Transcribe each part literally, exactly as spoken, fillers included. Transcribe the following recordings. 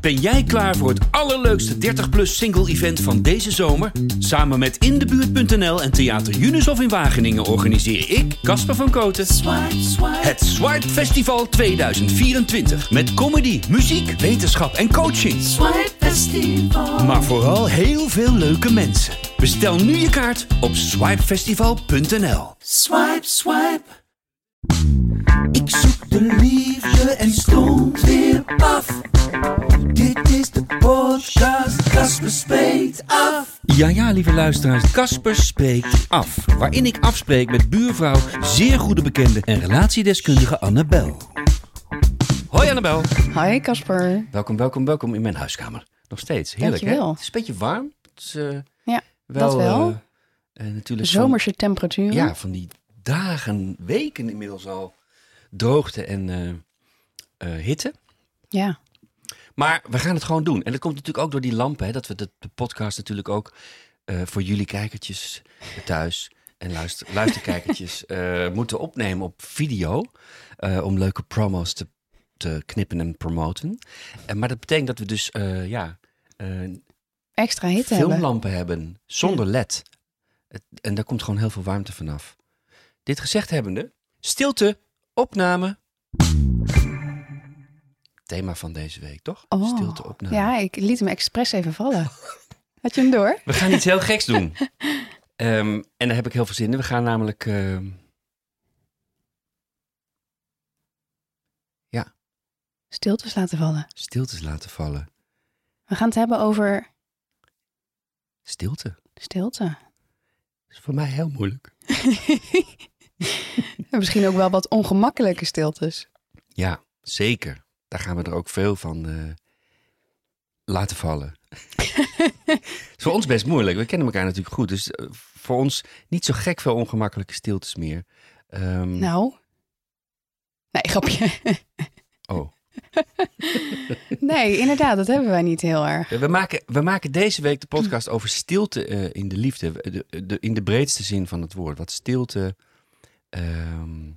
Ben jij klaar voor het allerleukste dertig plus single event van deze zomer? Samen met In de Buurt punt n l en Theater Junushof in Wageningen organiseer ik, Casper van Kooten, Swipe, swipe. het Swipe Festival tweeduizend vierentwintig. Met comedy, muziek, wetenschap en coaching. Swipe Festival. Maar vooral heel veel leuke mensen. Bestel nu je kaart op swipe festival punt n l. Swipe, swipe. Ik zoek de liefde en stond weer paf. Dit is de podcast Casper Spreekt Af. Ja, ja, lieve luisteraars, Casper Spreekt Af. Waarin ik afspreek met buurvrouw, zeer goede bekende en relatiedeskundige Annabel. Hoi Annabel. Hi Casper. Welkom, welkom, welkom in mijn huiskamer. Nog steeds, heerlijk Dankjewel. hè? Het is een beetje warm. Het is, uh, Ja, wel, dat wel. Uh, uh, natuurlijk Zomerse van, temperaturen. ja, van die dagen, weken inmiddels al droogte en uh, uh, hitte. Ja. Maar we gaan het gewoon doen. En dat komt natuurlijk ook door die lampen. Hè, dat we de, de podcast natuurlijk ook uh, voor jullie kijkertjes thuis en luister, luisterkijkertjes uh, moeten opnemen op video. Uh, om leuke promo's te, te knippen en promoten. Uh, maar dat betekent dat we dus uh, ja, uh, extra hitte hebben. filmlampen hebben zonder L E D. Het, en daar komt gewoon heel veel warmte vanaf. Dit gezegd hebbende, stilte, opname. Thema van deze week, toch? Oh, Stilte, opname. ja, ik liet hem expres even vallen. Had je hem door? We gaan iets heel geks doen. um, en daar heb ik heel veel zin in. We gaan namelijk... Uh... Ja. Stiltes laten vallen. Stiltes laten vallen. We gaan het hebben over... Stilte. Stilte. Dat is voor mij heel moeilijk. En misschien ook wel wat ongemakkelijke stiltes. Ja, zeker. Daar gaan we er ook veel van uh, laten vallen. Het is voor ons best moeilijk. We kennen elkaar natuurlijk goed. Dus uh, voor ons niet zo gek veel ongemakkelijke stiltes meer. Um... Nou. Nee, grapje. Oh. Nee, inderdaad. Dat hebben wij niet heel erg. We maken, we maken deze week de podcast over stilte uh, in de liefde. De, de, in de breedste zin van het woord. Wat stilte... Um,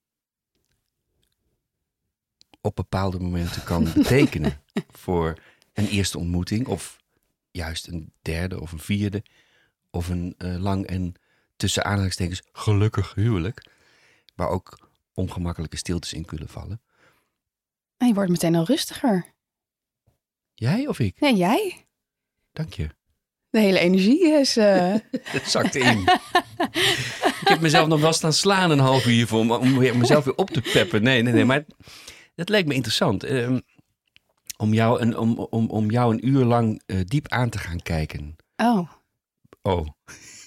op bepaalde momenten kan betekenen voor een eerste ontmoeting of juist een derde of een vierde of een uh, lang en tussen aanhalingstekens gelukkig huwelijk, waar ook ongemakkelijke stiltes in kunnen vallen. En je wordt meteen al rustiger. Jij of ik? Nee, jij. Dank je. De hele energie is... Uh... Het zakt in. Ik heb mezelf nog wel staan slaan een half uur hiervoor om, om mezelf weer op te peppen. Nee, nee, nee, maar dat leek me interessant. Um, om, jou een, om, om, om jou een uur lang uh, diep aan te gaan kijken. Oh. Oh. Oké.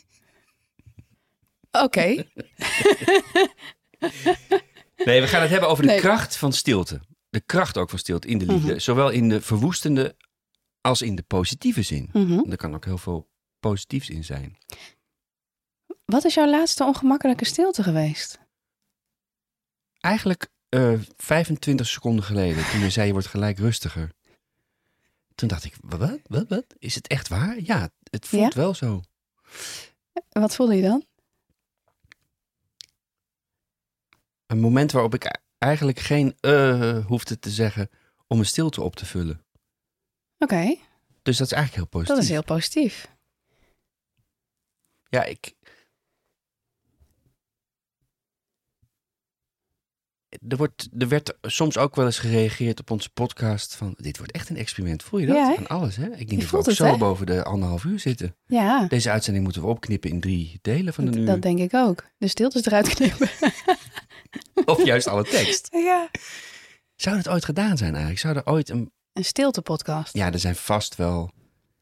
Okay. Nee, we gaan het hebben over de nee. kracht van stilte. De kracht ook van stilte in de liefde. Mm-hmm. Zowel in de verwoestende als in de positieve zin. Mm-hmm. Er kan ook heel veel positiefs in zijn. Wat is jouw laatste ongemakkelijke stilte geweest? Eigenlijk uh, vijfentwintig seconden geleden, toen je zei je wordt gelijk rustiger. Toen dacht ik, wat, wat, wat? Is het echt waar? Ja, het voelt ja? wel zo. Wat voelde je dan? Een moment waarop ik eigenlijk geen uh hoefde te zeggen om een stilte op te vullen. Oké. Okay. Dus dat is eigenlijk heel positief. Dat is heel positief. Ja, ik... Er, wordt, er werd soms ook wel eens gereageerd op onze podcast van... Dit wordt echt een experiment. Voel je dat? Ja, aan alles, hè? Ik denk dat we ook het, zo hè? boven de anderhalf uur zitten. Ja. Deze uitzending moeten we opknippen in drie delen van een dat, uur. Dat denk ik ook. De stiltes eruit knippen. Of juist alle tekst. Ja. Zou het ooit gedaan zijn eigenlijk? Zou er ooit een... Een stilte-podcast. Ja, er zijn vast wel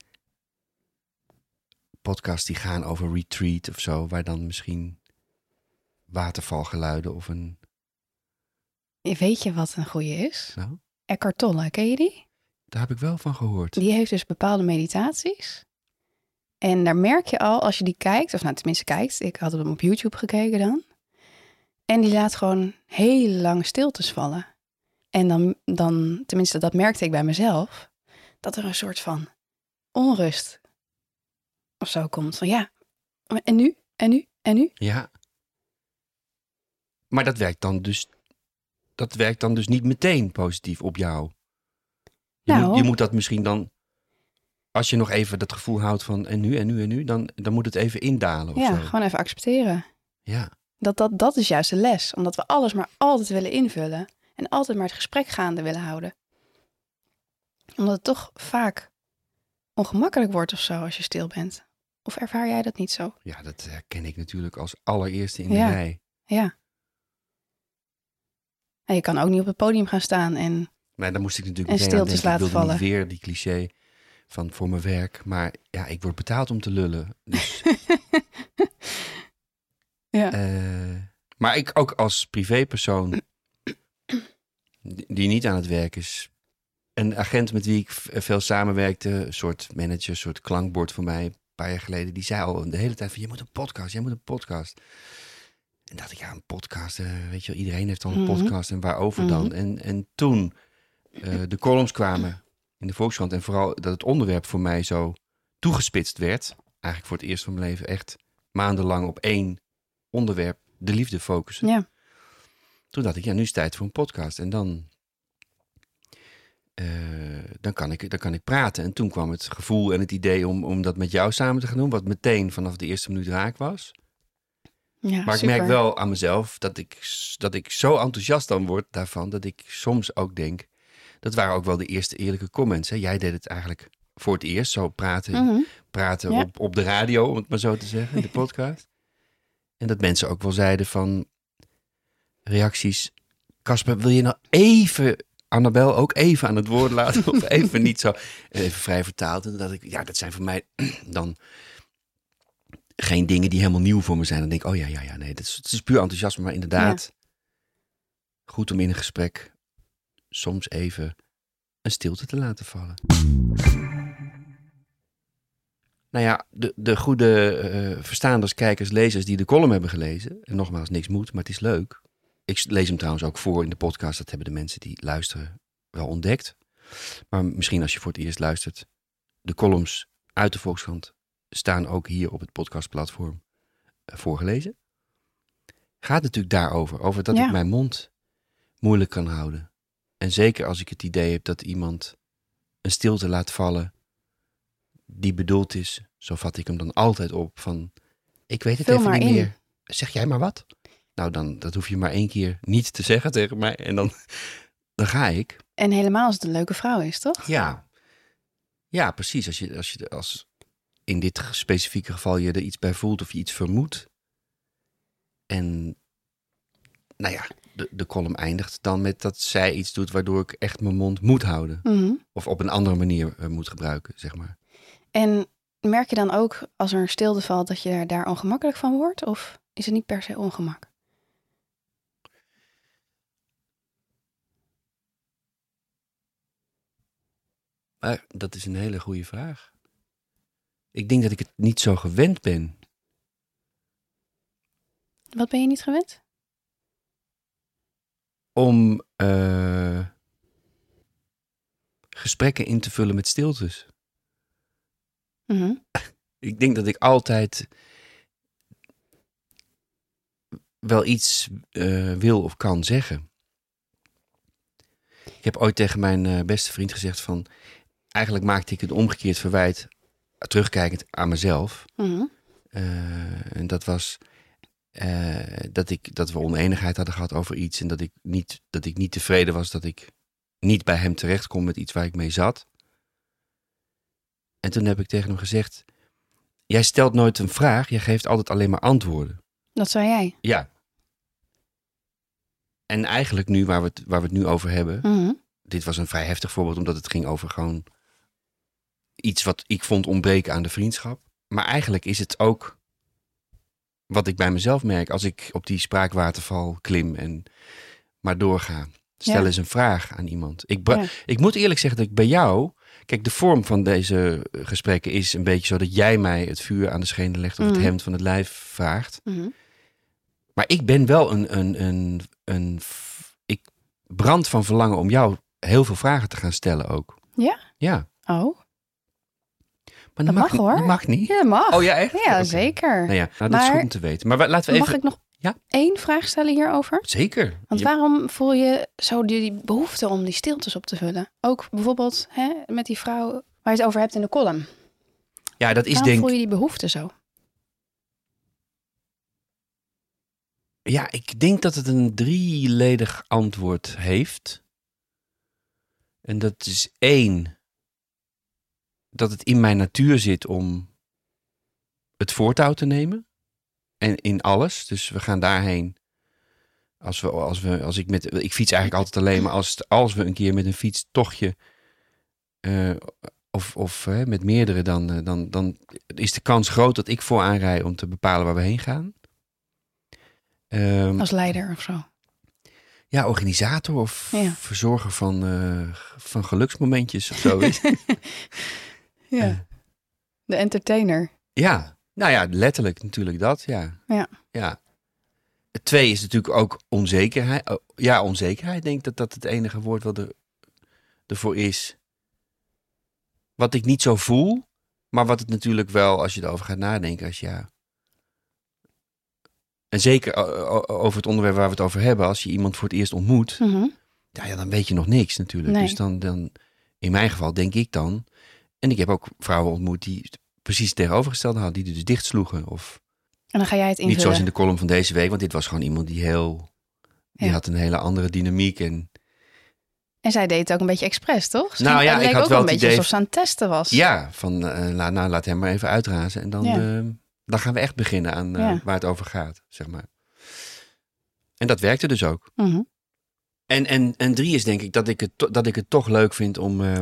podcasts die gaan over retreat of zo... waar dan misschien watervalgeluiden of een... Weet je wat een goeie is? Nou? Eckhart Tolle, ken je die? Daar heb ik wel van gehoord. Die heeft dus bepaalde meditaties. En daar merk je al, als je die kijkt... of nou tenminste kijkt, ik had hem op YouTube gekeken dan... en die laat gewoon heel lang stiltes vallen... En dan, dan, tenminste dat merkte ik bij mezelf, dat er een soort van onrust of zo komt. Van ja, en nu, en nu, en nu? Ja. Maar dat werkt dan dus, dat werkt dan dus niet meteen positief op jou. Je, Nou. moet, je moet dat misschien dan... Als je nog even dat gevoel houdt van... En nu, en nu, en nu... Dan, dan moet het even indalen of Ja, zo. gewoon even accepteren. Ja. Dat, dat, dat is juist de les. Omdat we alles maar altijd willen invullen. En altijd maar het gesprek gaande willen houden. Omdat het toch vaak ongemakkelijk wordt of zo als je stil bent. Of ervaar jij dat niet zo? Ja, dat herken ik natuurlijk als allereerste in Ja. de rij. Ja. En je kan ook niet op het podium gaan staan en... Maar daar moest ik natuurlijk En meteen aan stiltes denken. Ik laten wilde niet vallen. weer die cliché van voor mijn werk. Maar ja, ik word betaald om te lullen. Dus, Ja. eh, maar ik ook als privépersoon die die niet aan het werk is. Een agent met wie ik v- veel samenwerkte, een soort manager, een soort klankbord voor mij, een paar jaar geleden, die zei al de hele tijd van, je moet een podcast, jij moet een podcast. En dacht ik, ja, een podcast, eh, weet je wel, iedereen heeft al een Mhm. podcast en waarover Mhm. dan? En, en toen eh, de columns kwamen in de Volkskrant en vooral dat het onderwerp voor mij zo toegespitst werd, eigenlijk voor het eerst van mijn leven echt maandenlang op één onderwerp, de liefde focussen. Ja. Toen dacht ik, ja, nu is het tijd voor een podcast. En dan, eh, dan, kan ik, dan kan ik praten. En toen kwam het gevoel en het idee om, om dat met jou samen te gaan doen, wat meteen vanaf de eerste minuut raak was. Ja, Maar ik super. merk wel aan mezelf dat ik, dat ik zo enthousiast dan word daarvan, dat ik soms ook denk, dat waren ook wel de eerste eerlijke comments. Hè? Jij deed het eigenlijk voor het eerst, zo praten, Mhm. praten Ja. op, op de radio, om het maar zo te zeggen, in de podcast. En dat mensen ook wel zeiden van reacties. Casper, wil je nou even Annabel ook even aan het woord laten? Of even niet zo, even vrij vertaald. En dat ik, ja, dat zijn voor mij dan geen dingen die helemaal nieuw voor me zijn. Dan denk ik, oh ja, ja, ja, nee, dat is, het is puur enthousiasme. Maar inderdaad, goed om in een gesprek soms even een stilte te laten vallen. Nou ja, de, de goede eh, verstaanders, kijkers, lezers die de column hebben gelezen. En nogmaals, niks moet, maar het is leuk. Ik lees hem trouwens ook voor in de podcast. Dat hebben de mensen die luisteren wel ontdekt. Maar misschien als je voor het eerst luistert. De columns uit de Volkskrant staan ook hier op het podcastplatform eh, voorgelezen. Gaat natuurlijk daarover. Over dat Ja. ik mijn mond moeilijk kan houden. En zeker als ik het idee heb dat iemand een stilte laat vallen die bedoeld is, zo vat ik hem dan altijd op, van ik weet het Vul even maar niet in. meer. Zeg jij maar wat? Nou, dan dat hoef je maar één keer niet te zeggen tegen mij en dan, dan ga ik. En helemaal als het een leuke vrouw is, toch? Ja, ja precies. Als je, als je als in dit specifieke geval je er iets bij voelt of je iets vermoedt. En nou ja, de, de column eindigt dan met dat zij iets doet waardoor ik echt mijn mond moet houden. Mhm. Of op een andere manier uh, moet gebruiken, zeg maar. En merk je dan ook als er een stilte valt dat je daar ongemakkelijk van wordt? Of is het niet per se ongemak? Maar dat is een hele goede vraag. Ik denk dat ik het niet zo gewend ben. Wat ben je niet gewend? Om uh, gesprekken in te vullen met stiltes. Mhm. Ik denk dat ik altijd wel iets uh, wil of kan zeggen. Ik heb ooit tegen mijn uh, beste vriend gezegd van, eigenlijk maakte ik een omgekeerd verwijt, terugkijkend aan mezelf. Mhm. Uh, en dat was uh, dat, ik, dat we oneenigheid hadden gehad over iets en dat ik, niet, dat ik niet tevreden was dat ik niet bij hem terecht kon met iets waar ik mee zat. En toen heb ik tegen hem gezegd, jij stelt nooit een vraag, jij geeft altijd alleen maar antwoorden. Dat zei jij. Ja. En eigenlijk nu, waar we het, waar we het nu over hebben, Mhm. dit was een vrij heftig voorbeeld, omdat het ging over gewoon iets wat ik vond ontbreken aan de vriendschap. Maar eigenlijk is het ook wat ik bij mezelf merk als ik op die spraakwaterval klim en maar doorga. Stel Ja. eens een vraag aan iemand. Ik, bra- Ja. ik moet eerlijk zeggen dat ik bij jou, kijk, de vorm van deze gesprekken is een beetje zo dat jij mij het vuur aan de schenen legt of Mhm. het hemd van het lijf vraagt. Mhm. Maar ik ben wel een, een, een, een, ik brand van verlangen om jou heel veel vragen te gaan stellen ook. Ja? Ja. Oh, Maar Dat mag, hoor. Dat mag niet. ja, mag. Oh ja, echt? Ja, Oké. zeker. Nou ja, nou, dat is Maar- goed om te weten. Maar wa- laten we Mag even... ik nog Ja. Eén vraag stellen hierover? Zeker. Want Je- waarom voel je zo die, die behoefte om die stiltes op te vullen? Ook bijvoorbeeld hè, met die vrouw waar je het over hebt in de column. Ja, dat is Waarom denk voel je die behoefte zo? Ja, ik denk dat het een drieledig antwoord heeft. En dat is één, dat het in mijn natuur zit om het voortouw te nemen. En in alles. Dus we gaan daarheen. Als we, als we, als ik met, ik fiets eigenlijk altijd alleen, maar als, als we een keer met een fietstochtje uh, of, of uh, met meerdere, dan, uh, dan, dan is de kans groot dat ik vooraan rij om te bepalen waar we heen gaan. Um, Als leider of zo? Ja, organisator of Ja. verzorger van, uh, van geluksmomentjes of zo. Ja. Uh, De entertainer. Ja, nou ja, letterlijk natuurlijk dat, ja. Ja. Ja. Het twee is natuurlijk ook onzekerheid. Oh, ja, onzekerheid, denk ik dat dat het enige woord wat er, ervoor is. Wat ik niet zo voel, maar wat het natuurlijk wel, als je erover gaat nadenken, als ja. En zeker over het onderwerp waar we het over hebben, als je iemand voor het eerst ontmoet, Mm-hmm. ja, ja, dan weet je nog niks natuurlijk. Nee. Dus dan, dan, in mijn geval denk ik dan, en ik heb ook vrouwen ontmoet die precies het tegenovergestelde hadden, die dus dicht sloegen. Of En dan ga jij het invullen. niet zoals in de column van deze week, want dit was gewoon iemand die heel, die Ja. had een hele andere dynamiek. En En zij deed het ook een beetje expres, toch? Ze Nou ging- ja, het ik leek had ook wel een het beetje idee- alsof ze aan het testen was. ja, van uh, la, nou laat hem maar even uitrazen. En dan, Ja. uh, dan gaan we echt beginnen aan uh, Ja. waar het over gaat, zeg maar. En dat werkte dus ook. Mm-hmm. En, en, en drie is denk ik dat ik het, to- dat ik het toch leuk vind om... Uh,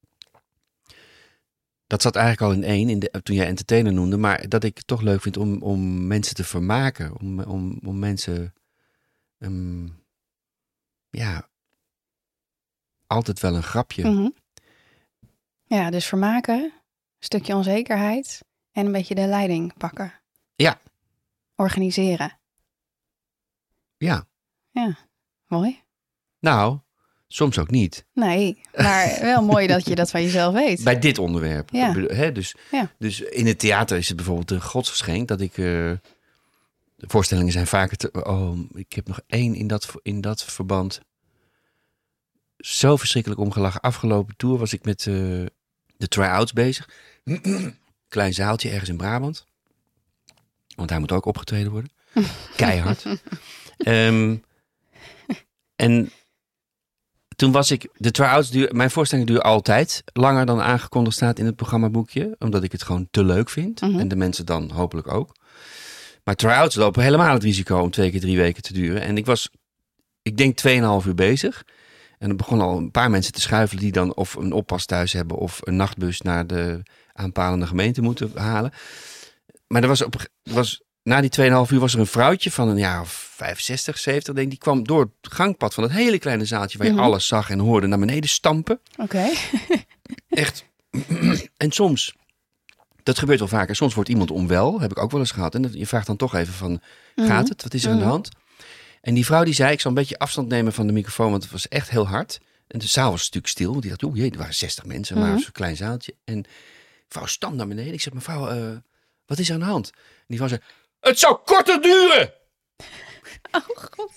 dat zat eigenlijk al in één, in de, toen jij entertainer noemde. Maar dat ik het toch leuk vind om, om mensen te vermaken. Om, om, om mensen... Um, ja... altijd wel een grapje. Mm-hmm. Ja, dus vermaken, een stukje onzekerheid en een beetje de leiding pakken. Ja. Organiseren. Ja. Ja, mooi. Nou, soms ook niet. Nee, maar wel mooi dat je dat van jezelf weet. Bij dit onderwerp. Ja. Ik bedoel, hè, dus, Ja. dus in het theater is het bijvoorbeeld een godsgeschenk dat ik... Uh, de voorstellingen zijn vaker... Te, oh, ik heb nog één in dat, in dat verband... Zo verschrikkelijk omgelachen. Afgelopen tour was ik met uh, de try-outs bezig. Klein zaaltje ergens in Brabant. Want hij moet ook opgetreden worden. Keihard. um, en toen was ik... De try-outs duur, mijn voorstelling duurt altijd langer dan aangekondigd staat in het programmaboekje. Omdat ik het gewoon te leuk vind. Mm-hmm. En de mensen dan hopelijk ook. Maar try-outs lopen helemaal het risico om twee keer drie weken te duren. En ik was, ik denk, tweeënhalf uur bezig. En er begonnen al een paar mensen te schuifelen die dan of een oppas thuis hebben of een nachtbus naar de aanpalende gemeente moeten halen. Maar er was op, was, na die tweeënhalf uur was er een vrouwtje van een jaar of vijfenzestig, zeventig, denk ik. Die kwam door het gangpad van het hele kleine zaaltje waar je Mm-hmm. alles zag en hoorde naar beneden stampen. Oké. Okay. Echt. En soms, dat gebeurt wel vaker, soms wordt iemand onwel, heb ik ook wel eens gehad. En je vraagt dan toch even van, Mm-hmm. gaat het? Wat is er aan de hand? En die vrouw die zei, ik zal een beetje afstand nemen van de microfoon, want het was echt heel hard. En de zaal was een stuk stil, want die dacht, oeh jee, er waren zestig mensen, maar Mm-hmm. zo'n klein zaaltje. En de vrouw stampt naar beneden. Ik zeg, mevrouw, uh, wat is er aan de hand? En die vrouw zei, het zou korter duren! Oh god.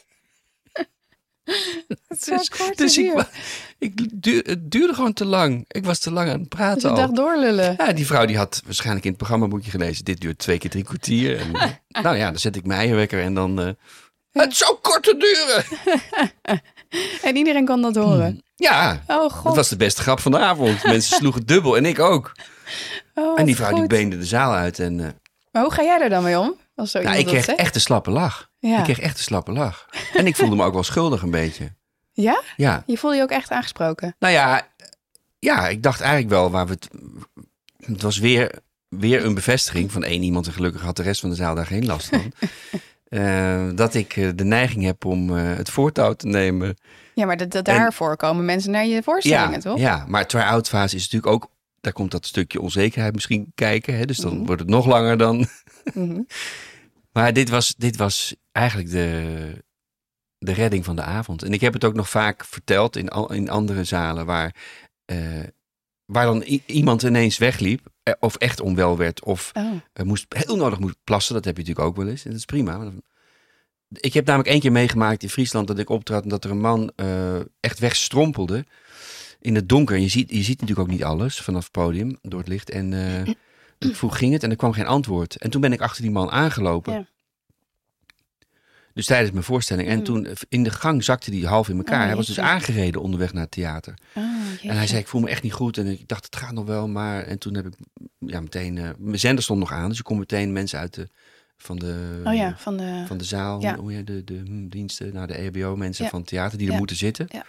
Het zou Dus, kort dus ik, duren. wa- ik duur, het duurde gewoon te lang. Ik was te lang aan het praten Dus je al. dacht doorlullen. Ja, die vrouw die had waarschijnlijk in het programmaboekje gelezen, dit duurt twee keer drie kwartier. En, nou ja, dan zet ik mijn eierwekker en dan... Uh, het zou korter duren! En iedereen kon dat horen. Ja, Oh god. dat was de beste grap van de avond. Mensen sloegen dubbel en ik ook. Oh, En die wat vrouw die goed. beende de zaal uit. En, uh, Maar hoe ga jij er dan mee om? Als zo nou, iemand ik kreeg dat zegt? echt een slappe lach. Ja. Ik kreeg echt een slappe lach. En ik voelde me ook wel schuldig een beetje. Ja? Ja, Je voelde je ook echt aangesproken? nou ja, ja ik dacht eigenlijk wel waar we het... Het was weer, weer een bevestiging van één iemand en gelukkig had de rest van de zaal daar geen last van. uh, dat ik uh, de neiging heb om uh, het voortouw te nemen. Ja, maar dat, dat En- daarvoor komen mensen naar je voorstellingen, Ja, toch? ja, maar try-out fase is natuurlijk ook... Daar komt dat stukje onzekerheid misschien kijken. Hè? Dus dan Mhm. wordt het nog langer dan... Mhm. Maar dit was, dit was eigenlijk de, de redding van de avond. En ik heb het ook nog vaak verteld in, al- in andere zalen... waar, uh, waar dan i- iemand ineens wegliep... eh, of echt onwel werd... of Oh. uh, moest, heel nodig moest plassen. Dat heb je natuurlijk ook wel eens. En dat is prima. Maar dan- ik heb namelijk één keer meegemaakt in Friesland dat ik optrad en dat er een man uh, echt wegstrompelde in het donker. En je ziet, je ziet natuurlijk ook niet alles vanaf het podium door het licht. En uh, ik vroeg, ging het? En er kwam geen antwoord. En toen ben ik achter die man aangelopen. Ja. Dus tijdens mijn voorstelling. En mm. toen in de gang zakte hij half in elkaar. Oh, hij was dus aangereden onderweg naar het theater. Oh, en hij zei, ik voel me echt niet goed. En ik dacht, het gaat nog wel. Maar en toen heb ik ja, meteen... Uh, mijn zender stond nog aan. Dus ik kon meteen mensen uit de... Van de, oh ja, van de, van de zaal, ja. hoe, de, de, de diensten, nou, de E B O-mensen ja. van het theater die er ja. moeten zitten. Ja.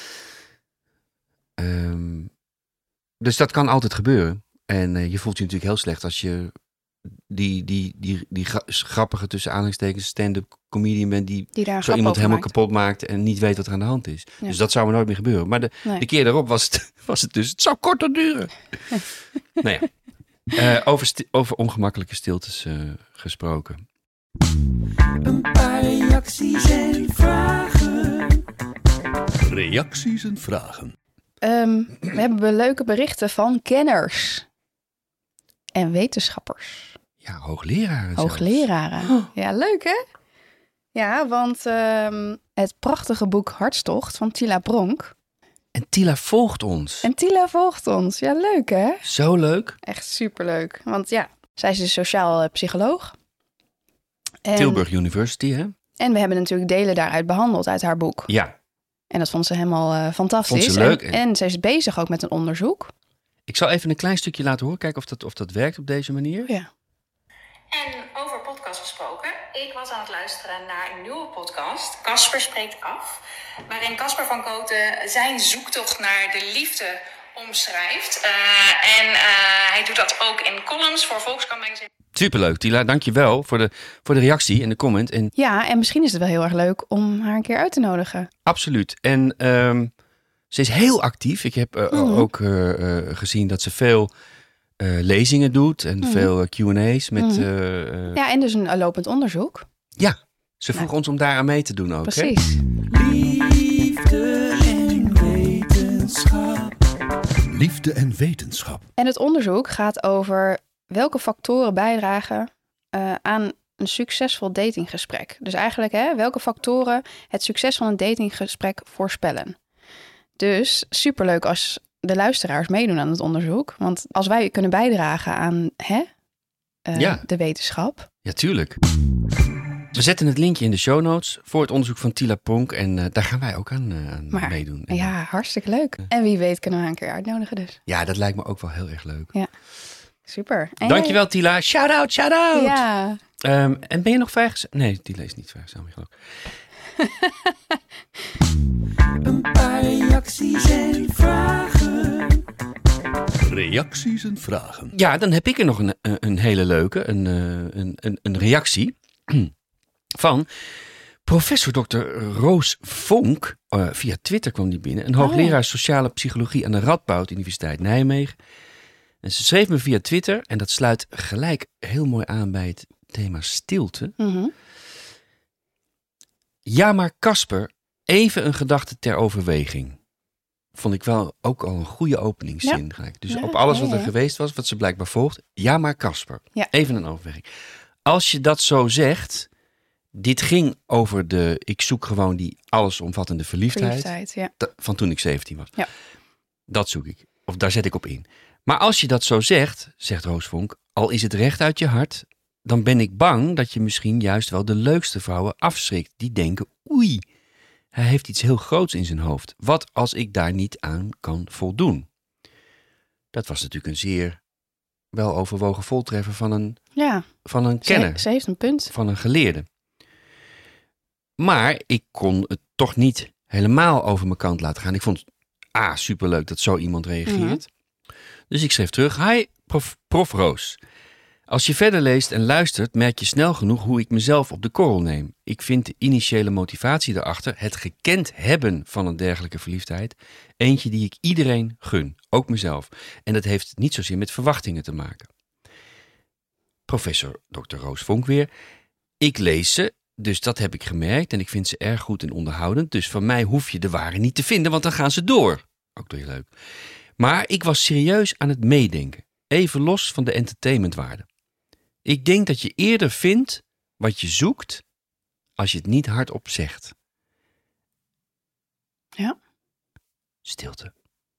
Um, dus dat kan altijd gebeuren. En uh, je voelt je natuurlijk heel slecht als je die, die, die, die grappige tussen aanhalingstekens stand-up comedian bent die, die zo iemand helemaal maakt. kapot maakt en niet weet wat er aan de hand is. Ja. Dus dat zou me nooit meer gebeuren. Maar de, nee. de keer daarop was het, was het dus, het zou korter duren. nou ja. Uh, over, sti- over ongemakkelijke stiltes uh, gesproken. Een paar reacties en vragen. Reacties en vragen. Um, we hebben leuke berichten van kenners en wetenschappers. Ja, hoogleraren. Hoogleraren. Oh. Ja, leuk hè? Ja, want um, het prachtige boek Hartstocht van Tila Bronk. En Tila volgt ons. En Tila volgt ons. Ja, leuk hè? Zo leuk. Echt superleuk. Want ja, zij is dus sociaal psycholoog. En, Tilburg University, hè? En we hebben natuurlijk delen daaruit behandeld uit haar boek. Ja. En dat vond ze helemaal uh, fantastisch. Vond ze leuk. En, en ze is bezig ook met een onderzoek. Ik zal even een klein stukje laten horen. Kijken of dat, of dat werkt op deze manier. Ja. En over podcast gesproken. Ik was aan het luisteren naar een nieuwe podcast. Casper spreekt af. Waarin Casper van Koten zijn zoektocht naar de liefde omschrijft. Uh, en uh, hij doet dat ook in columns voor Volkskrant Magazine. Superleuk, Tila. Dank je wel voor de, voor de reactie en de comment. En... Ja, en misschien is het wel heel erg leuk om haar een keer uit te nodigen. Absoluut. En um, ze is heel actief. Ik heb uh, mm-hmm. ook uh, uh, gezien dat ze veel uh, lezingen doet en mm-hmm. veel uh, Q en A's met... Mm-hmm. Uh, uh... Ja, en dus een uh, lopend onderzoek. Ja, ze vroeg ja. ons om daar aan mee te doen ook. Precies. Hè? Liefde en wetenschap. Liefde en wetenschap. En het onderzoek gaat over welke factoren bijdragen uh, aan een succesvol datinggesprek. Dus eigenlijk hè, welke factoren het succes van een datinggesprek voorspellen. Dus superleuk als de luisteraars meedoen aan het onderzoek. Want als wij kunnen bijdragen aan hè, uh, ja. de wetenschap. Ja, tuurlijk. We zetten het linkje in de show notes voor het onderzoek van Tila Bronk. En uh, daar gaan wij ook aan, uh, aan maar, meedoen. Ja, hartstikke leuk. En wie weet kunnen we haar een keer uitnodigen dus. Ja, dat lijkt me ook wel heel erg leuk. Ja, super. En dankjewel jij... Tila. Shout out, shout out. Ja. Um, en ben je nog vrijgezel? Nee, Tila is niet vrijgezel, geloof ik. Een paar reacties en vragen. Reacties en vragen. Ja, dan heb ik er nog een, een hele leuke, een, een, een, een reactie van professor dokter Roos Vonk. Uh, via Twitter kwam die binnen. Een hoogleraar sociale psychologie aan de Radboud Universiteit Nijmegen. En ze schreef me via Twitter, en dat sluit gelijk heel mooi aan bij het thema stilte. Mm-hmm. Ja, maar Casper, even een gedachte ter overweging. Vond ik wel ook al een goede openingszin. Ja. Gelijk. Dus ja, op alles wat er ja, ja. geweest was, wat ze blijkbaar volgt. Ja, maar Casper, ja. even een overweging. Als je dat zo zegt, dit ging over de, ik zoek gewoon die allesomvattende verliefdheid. verliefdheid ja. da, van toen ik zeventien was. Ja. Dat zoek ik. Of daar zet ik op in. Maar als je dat zo zegt, zegt Roos Vonk, al is het recht uit je hart, dan ben ik bang dat je misschien juist wel de leukste vrouwen afschrikt. Die denken, oei, hij heeft iets heel groots in zijn hoofd. Wat als ik daar niet aan kan voldoen? Dat was natuurlijk een zeer wel overwogen voltreffer van een, ja. van een kenner. Ze, ze heeft een punt. Van een geleerde. Maar ik kon het toch niet helemaal over mijn kant laten gaan. Ik vond het ah, superleuk dat zo iemand reageert. Mm-hmm. Dus ik schreef terug, hi prof, prof Roos. Als je verder leest en luistert, merk je snel genoeg hoe ik mezelf op de korrel neem. Ik vind de initiële motivatie daarachter, het gekend hebben van een dergelijke verliefdheid, eentje die ik iedereen gun, ook mezelf. En dat heeft niet zozeer met verwachtingen te maken. Professor dokter Roos Vonk weer. Ik lees ze, dus dat heb ik gemerkt en ik vind ze erg goed en onderhoudend. Dus van mij hoef je de ware niet te vinden, want dan gaan ze door. Ook weer leuk. Maar ik was serieus aan het meedenken, even los van de entertainmentwaarde. Ik denk dat je eerder vindt wat je zoekt als je het niet hardop zegt. Ja. Stilte.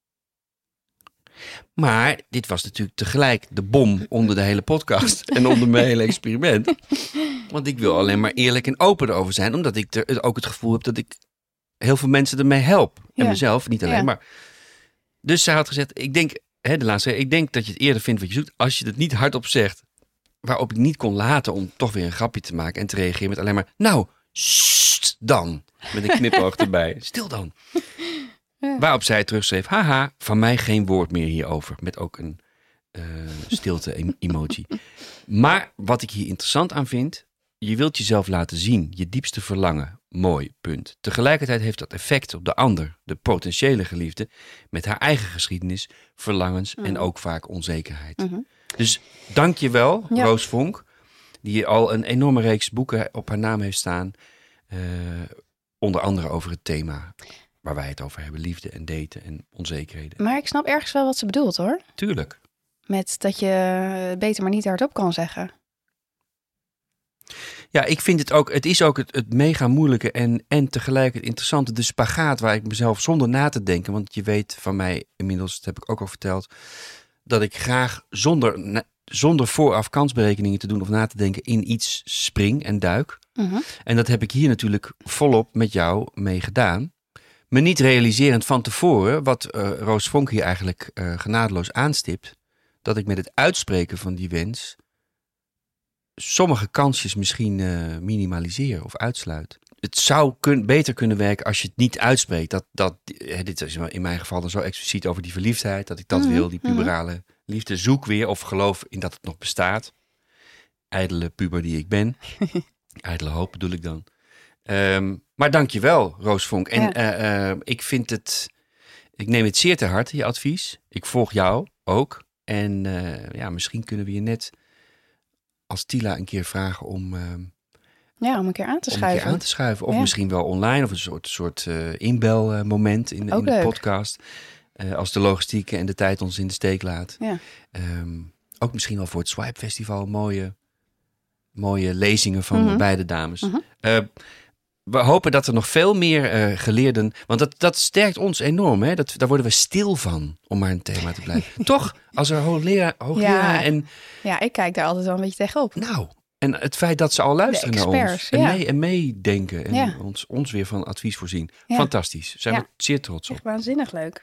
Maar dit was natuurlijk tegelijk de bom onder de hele podcast en onder mijn hele experiment. Want ik wil alleen maar eerlijk en open erover zijn, omdat ik er ook het gevoel heb dat ik heel veel mensen ermee help. En Ja. mezelf, niet alleen Ja. maar. Dus zij had gezegd, ik denk, hè, de laatste, ik denk dat je het eerder vindt wat je zoekt als je het niet hardop zegt. Waarop ik niet kon laten om toch weer een grapje te maken en te reageren met alleen maar, nou, sst dan. Met een knipoog erbij. Stil dan. Ja. Waarop zij terugschreef, haha, van mij geen woord meer hierover. Met ook een uh, stilte-emoji. Maar wat ik hier interessant aan vind, je wilt jezelf laten zien, je diepste verlangen. Mooi, punt. Tegelijkertijd heeft dat effect op de ander, de potentiële geliefde, met haar eigen geschiedenis, verlangens en ook vaak onzekerheid. Mm-hmm. Dus dank je wel, Ja. Roos Vonk, die al een enorme reeks boeken op haar naam heeft staan. Uh, onder andere over het thema waar wij het over hebben, liefde en daten en onzekerheden. Maar ik snap ergens wel wat ze bedoelt, hoor. Tuurlijk. Met dat je het beter maar niet hardop kan zeggen. Ja, ik vind het ook, het is ook het, het mega moeilijke en, en tegelijk het interessante, de spagaat waar ik mezelf zonder na te denken, want je weet van mij inmiddels, dat heb ik ook al verteld, dat ik graag zonder, zonder vooraf kansberekeningen te doen of na te denken in iets spring en duik. Mm-hmm. En dat heb ik hier natuurlijk volop met jou mee gedaan. Me niet realiserend van tevoren, wat uh, Roos Vonk hier eigenlijk uh, genadeloos aanstipt, dat ik met het uitspreken van die wens sommige kansjes misschien uh, minimaliseer of uitsluit. Het zou kun, beter kunnen werken als je het niet uitspreekt. Dat, dat, hè, dit is in mijn geval dan zo expliciet over die verliefdheid, dat ik dat Mm-hmm. wil, die puberale liefde. Zoek weer of geloof in dat het nog bestaat. Ijdele puber die ik ben. Ijdele hoop bedoel ik dan. Um, maar dank je wel, Roos Vonk. En ja. uh, uh, ik vind het, ik neem het zeer ter harte, je advies. Ik volg jou ook. En uh, ja, misschien kunnen we je net als Tila een keer vragen om, uh, ja, om een keer aan te om schuiven. Een keer aan te schuiven. Of ja. misschien wel online of een soort, soort uh, inbelmoment in, in de podcast. Uh, als de logistiek en de tijd ons in de steek laat. Ja. Um, ook misschien wel voor het Swipe Festival mooie, mooie lezingen van mm-hmm. beide dames. Mm-hmm. Uh, we hopen dat er nog veel meer uh, geleerden, want dat, dat sterkt ons enorm. Hè? Dat, daar worden we stil van, om maar een thema te blijven. Toch? Als er hoogleraar, hoogleraar ja. en... Ja, ik kijk daar altijd wel een beetje tegenop. Nou, en het feit dat ze al luisteren naar ons. En, ja. mee, en meedenken. En ja. ons, ons weer van advies voorzien. Ja. Fantastisch. Zijn ja. we zeer trots op. Echt waanzinnig leuk.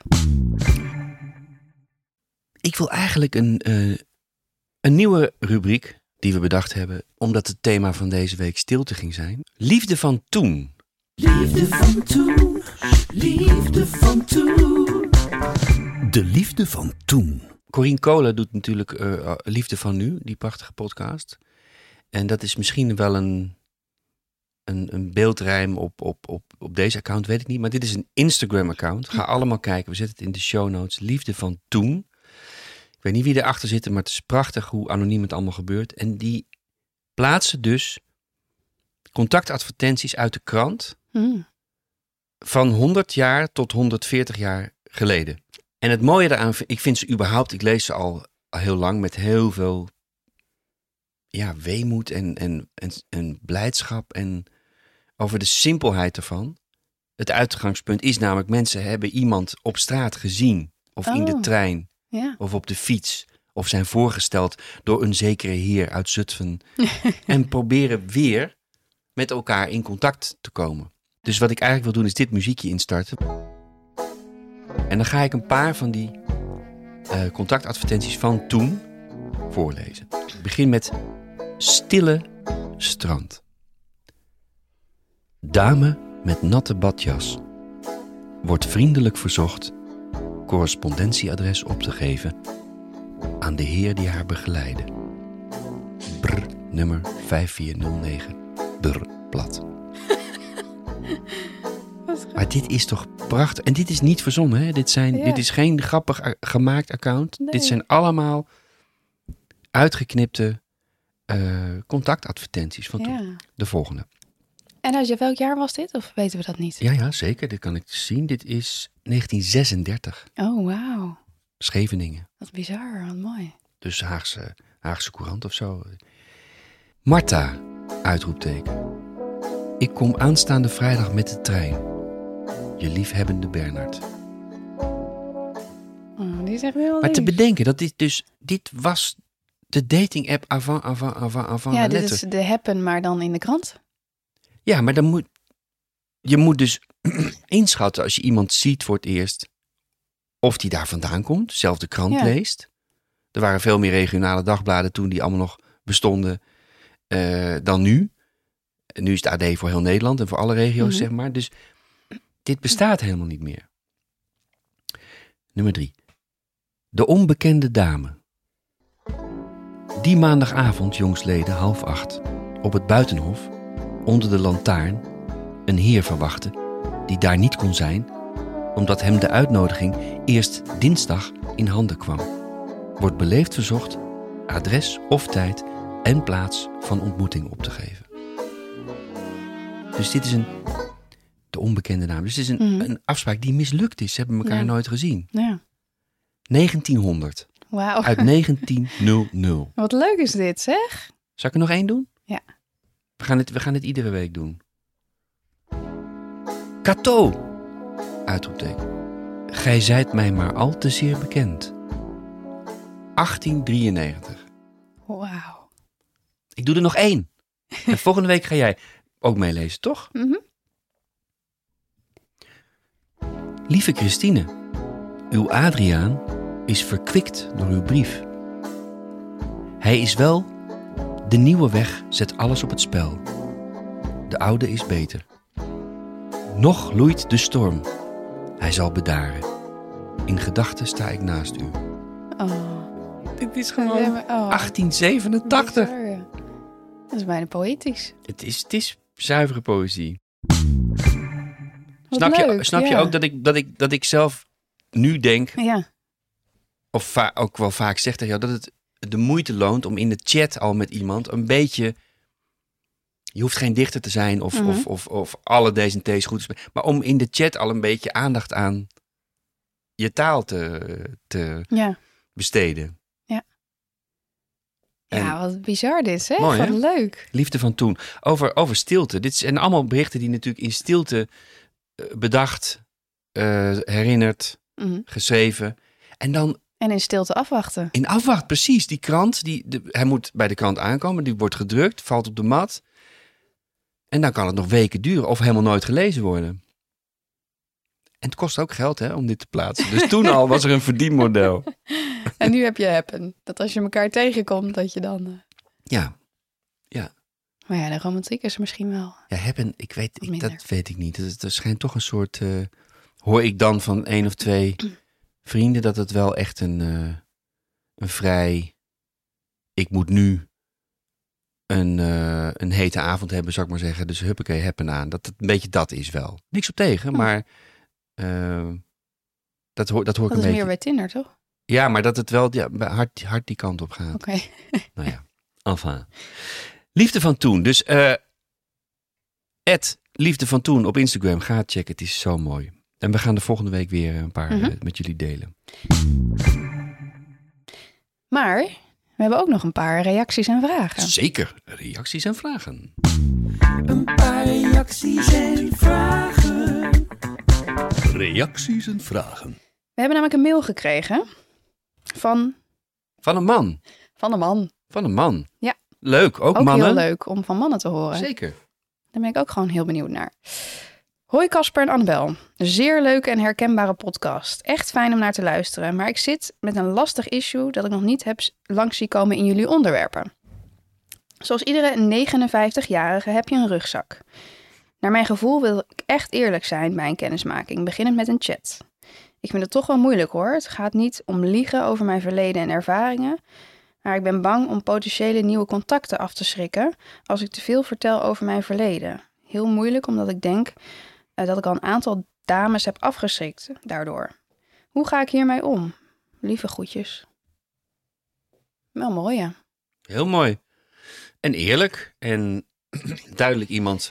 Ik wil eigenlijk een, uh, een nieuwe rubriek die we bedacht hebben, omdat het thema van deze week stilte ging zijn. Liefde van toen. Liefde van toen. Liefde van toen. De liefde van toen. Corien Kolen doet natuurlijk uh, Liefde van nu, die prachtige podcast. En dat is misschien wel een, een, een beeldrijm op, op, op, op deze account, weet ik niet. Maar dit is een Instagram-account. Ga allemaal kijken, we zetten het in de show notes. Liefde van toen. Ik weet niet wie erachter zit, maar het is prachtig hoe anoniem het allemaal gebeurt. En die plaatsen dus contactadvertenties uit de krant Mm. van honderd jaar tot honderdveertig jaar geleden. En het mooie daaraan, ik vind ze überhaupt, ik lees ze al heel lang met heel veel ja, weemoed en, en, en, en blijdschap en over de simpelheid ervan. Het uitgangspunt is namelijk, mensen hebben iemand op straat gezien of oh. in de trein ja. of op de fiets of zijn voorgesteld door een zekere heer uit Zutphen en proberen weer met elkaar in contact te komen. Dus wat ik eigenlijk wil doen is dit muziekje instarten. En dan ga ik een paar van die uh, contactadvertenties van toen voorlezen. Ik begin met Stille strand. Dame met natte badjas wordt vriendelijk verzocht correspondentieadres op te geven aan de heer die haar begeleidde. Brr, nummer vijf vier nul negen. Brr, plat. Maar dit is toch prachtig. En dit is niet verzonnen, hè? Dit, zijn, ja. dit is geen grappig a- gemaakt account. Nee. Dit zijn allemaal uitgeknipte uh, contactadvertenties van toen. Ja. De volgende. En uit welk jaar was dit? Of weten we dat niet? Ja, ja, zeker. Dit kan ik zien. Dit is negentien zesendertig. Oh, wauw. Scheveningen. Wat bizar, wat mooi. Dus Haagse, Haagse Courant of zo. Marta, uitroepteken. Ik kom aanstaande vrijdag met de trein. Je liefhebbende Bernard. Oh, die is echt heel Maar te lief. bedenken, dat dit dus... Dit was de dating app avant, avant, avant, avant Ja, la dit lettre. is de happen, maar dan in de krant. Ja, maar dan moet... Je moet dus inschatten als je iemand ziet voor het eerst... of die daar vandaan komt, zelf de krant Ja. leest. Er waren veel meer regionale dagbladen toen die allemaal nog bestonden uh, dan nu. En nu is het A D voor heel Nederland en voor alle regio's, Mhm. zeg maar. Dus dit bestaat helemaal niet meer. Nummer drie. De onbekende dame. Die maandagavond, jongsleden, half acht, op het Buitenhof, onder de lantaarn, een heer verwachtte die daar niet kon zijn, omdat hem de uitnodiging eerst dinsdag in handen kwam. Wordt beleefd verzocht adres of tijd en plaats van ontmoeting op te geven. Dus dit is een, de onbekende naam. Dus dit is een, Mhm. een afspraak die mislukt is. Ze hebben elkaar Ja. nooit gezien. Ja. negentienhonderd. Wauw. Uit negentienhonderd. Wat leuk is dit, zeg? Zal ik er nog één doen? Ja. We gaan het, we gaan het iedere week doen. Cato! Uitroepteken. Gij zijt mij maar al te zeer bekend. achttien drieënnegentig. Wauw. Ik doe er nog één. En volgende week ga jij ook meelezen, toch? Mhm. Lieve Christine, uw Adriaan is verkwikt door uw brief. Hij is wel, de nieuwe weg zet alles op het spel. De oude is beter. Nog loeit de storm. Hij zal bedaren. In gedachten sta ik naast u. Oh. Dit is Oh. achttien zevenentachtig. Bizar, ja. Dat is bijna poëtisch. Het is, het is zuivere poëzie. Wat Snap, leuk, je, snap je ja. ook dat ik, dat, ik, dat ik zelf nu denk, Ja. of va- ook wel vaak zeg tegen jou, dat het de moeite loont om in de chat al met iemand een beetje... Je hoeft geen dichter te zijn of, Mhm. of, of, of alle D's en T's goed te spelen. Maar om in de chat al een beetje aandacht aan je taal te, te Ja. besteden. Ja. En Ja, wat bizar dit, zeg. Mooi, Wat hè? leuk. liefde van toen. Over, over stilte. Dit zijn allemaal berichten die natuurlijk in stilte eh, bedacht, eh, herinnerd, Mhm. geschreven. En dan En in stilte afwachten. in afwacht, precies. Die krant, die, de, hij moet bij de krant aankomen. Die wordt gedrukt, valt op de mat. En dan kan het nog weken duren of helemaal nooit gelezen worden. En het kost ook geld hè, om dit te plaatsen. Dus toen al was er een verdienmodel. En nu heb je happen. Dat als je elkaar tegenkomt, dat je dan... eh, Ja, Maar ja, de romantiek is er misschien wel. ja hebben, ik weet, ik, Minder. dat weet ik niet. Het, er schijnt toch een soort, eh, hoor ik dan van één of twee vrienden, dat het wel echt een, eh, een vrij, ik moet nu een, eh, een hete avond hebben, zou ik maar zeggen. Dus huppakee, happen aan. Dat het een beetje dat is wel. Niks op tegen, Hm. maar eh, dat, hoor, dat hoor ik Dat een is beetje. meer bij Tinder, toch? Ja, maar dat het wel ja, hard, hard die kant op gaat. Oké. Nou ja, enfin. Liefde van toen. Dus eh at Liefde van toen op Instagram. Ga het checken, het is zo mooi. En we gaan de volgende week weer een paar Mhm. eh, met jullie delen. Maar we hebben ook nog een paar reacties en vragen. Zeker, reacties en vragen. Een paar reacties en vragen. Reacties en vragen. We hebben namelijk een mail gekregen van, Van een man. van een man. Van een man. Ja. Leuk, ook, Ook mannen. heel leuk om van mannen te horen. Zeker. Daar ben ik ook gewoon heel benieuwd naar. Hoi Casper en Annabel. Zeer leuke en herkenbare podcast. Echt fijn om naar te luisteren. Maar ik zit met een lastig issue dat ik nog niet heb langs zien komen in jullie onderwerpen. Zoals iedere negenenvijftigjarige heb je een rugzak. Naar mijn gevoel wil ik echt eerlijk zijn bij een kennismaking, beginnend met een chat. Ik vind het toch wel moeilijk hoor. Het gaat niet om liegen over mijn verleden en ervaringen. Maar ik ben bang om potentiële nieuwe contacten af te schrikken als ik te veel vertel over mijn verleden. Heel moeilijk omdat ik denk uh, dat ik al een aantal dames heb afgeschrikt daardoor. Hoe ga ik hiermee om? Lieve groetjes. Wel mooi ja. Heel mooi. En eerlijk. En duidelijk iemand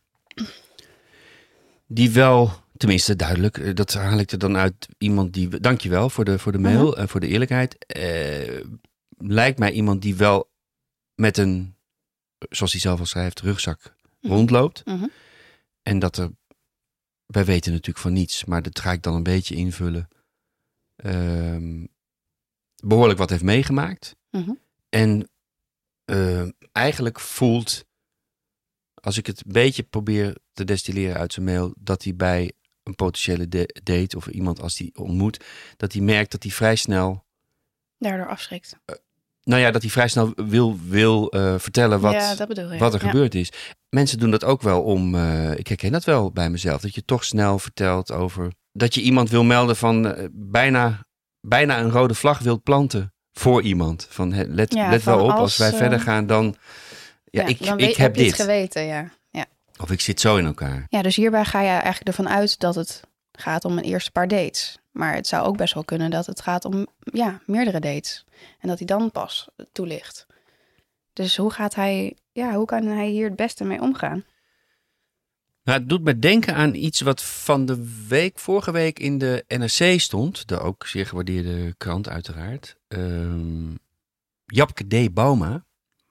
die wel, tenminste duidelijk, eh, dat haal ik er dan uit iemand die, dankjewel voor de, voor de mail Mhm. en voor de eerlijkheid. Eh, lijkt mij iemand die wel met een, zoals hij zelf al schrijft, rugzak Mm-hmm. rondloopt. Mm-hmm. En dat er, wij weten natuurlijk van niets, maar dat ga ik dan een beetje invullen. Um, behoorlijk wat heeft meegemaakt. Mm-hmm. En uh, eigenlijk voelt, als ik het een beetje probeer te destilleren uit zijn mail, dat hij bij een potentiële de- date of iemand als hij ontmoet, dat hij merkt dat hij vrij snel, Daardoor afschrikt. Uh, nou ja, dat hij vrij snel wil, wil uh, vertellen wat, ja, dat bedoel je. wat er ja. gebeurd is. Mensen doen dat ook wel om, uh, ik herken dat wel bij mezelf, dat je toch snel vertelt over, dat je iemand wil melden van uh, bijna, bijna een rode vlag wilt planten voor iemand. Van he, let, ja, let van wel op, als, als wij uh, verder gaan, dan, ja, ja, ik, dan ik weet, heb, heb je dit. het geweten, ja. ja. Of ik zit zo in elkaar. Ja, dus hierbij ga je eigenlijk ervan uit dat het gaat om een eerste paar dates. Maar het zou ook best wel kunnen dat het gaat om ja, meerdere dates. En dat hij dan pas toelicht. Dus hoe gaat hij, ja, hoe kan hij hier het beste mee omgaan? Nou, het doet me denken aan iets wat van de week, vorige week in de N R C stond. De ook zeer gewaardeerde krant uiteraard. Um, Japke D. Bouma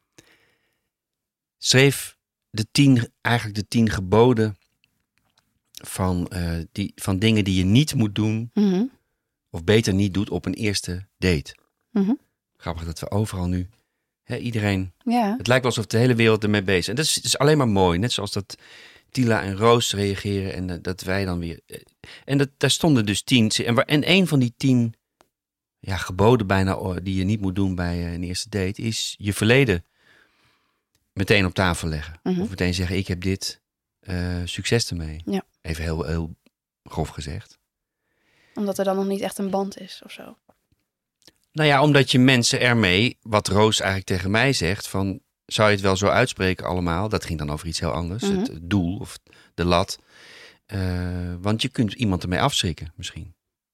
schreef de tien, eigenlijk de tien geboden van, uh, die, van dingen die je niet moet doen. Mm-hmm. Of beter niet doet op een eerste date. Mm-hmm. Grappig dat we overal nu, hè, iedereen, Ja. het lijkt wel alsof de hele wereld ermee bezig is. En dat is, dat is alleen maar mooi. Net zoals dat Tila en Roos reageren en uh, dat wij dan weer. Uh, en dat, daar stonden dus tien. En, en een van die tien ja, geboden bijna die je niet moet doen bij uh, een eerste date is je verleden meteen op tafel leggen. Mm-hmm. Of meteen zeggen, ik heb dit, uh, succes ermee. Ja. Even heel, heel grof gezegd. Omdat er dan nog niet echt een band is of zo. Nou ja, omdat je mensen ermee, wat Roos eigenlijk tegen mij zegt, van zou je het wel zo uitspreken allemaal? Dat ging dan over iets heel anders. Mm-hmm. Het, het doel of de lat. Uh, want je kunt iemand ermee afschrikken misschien.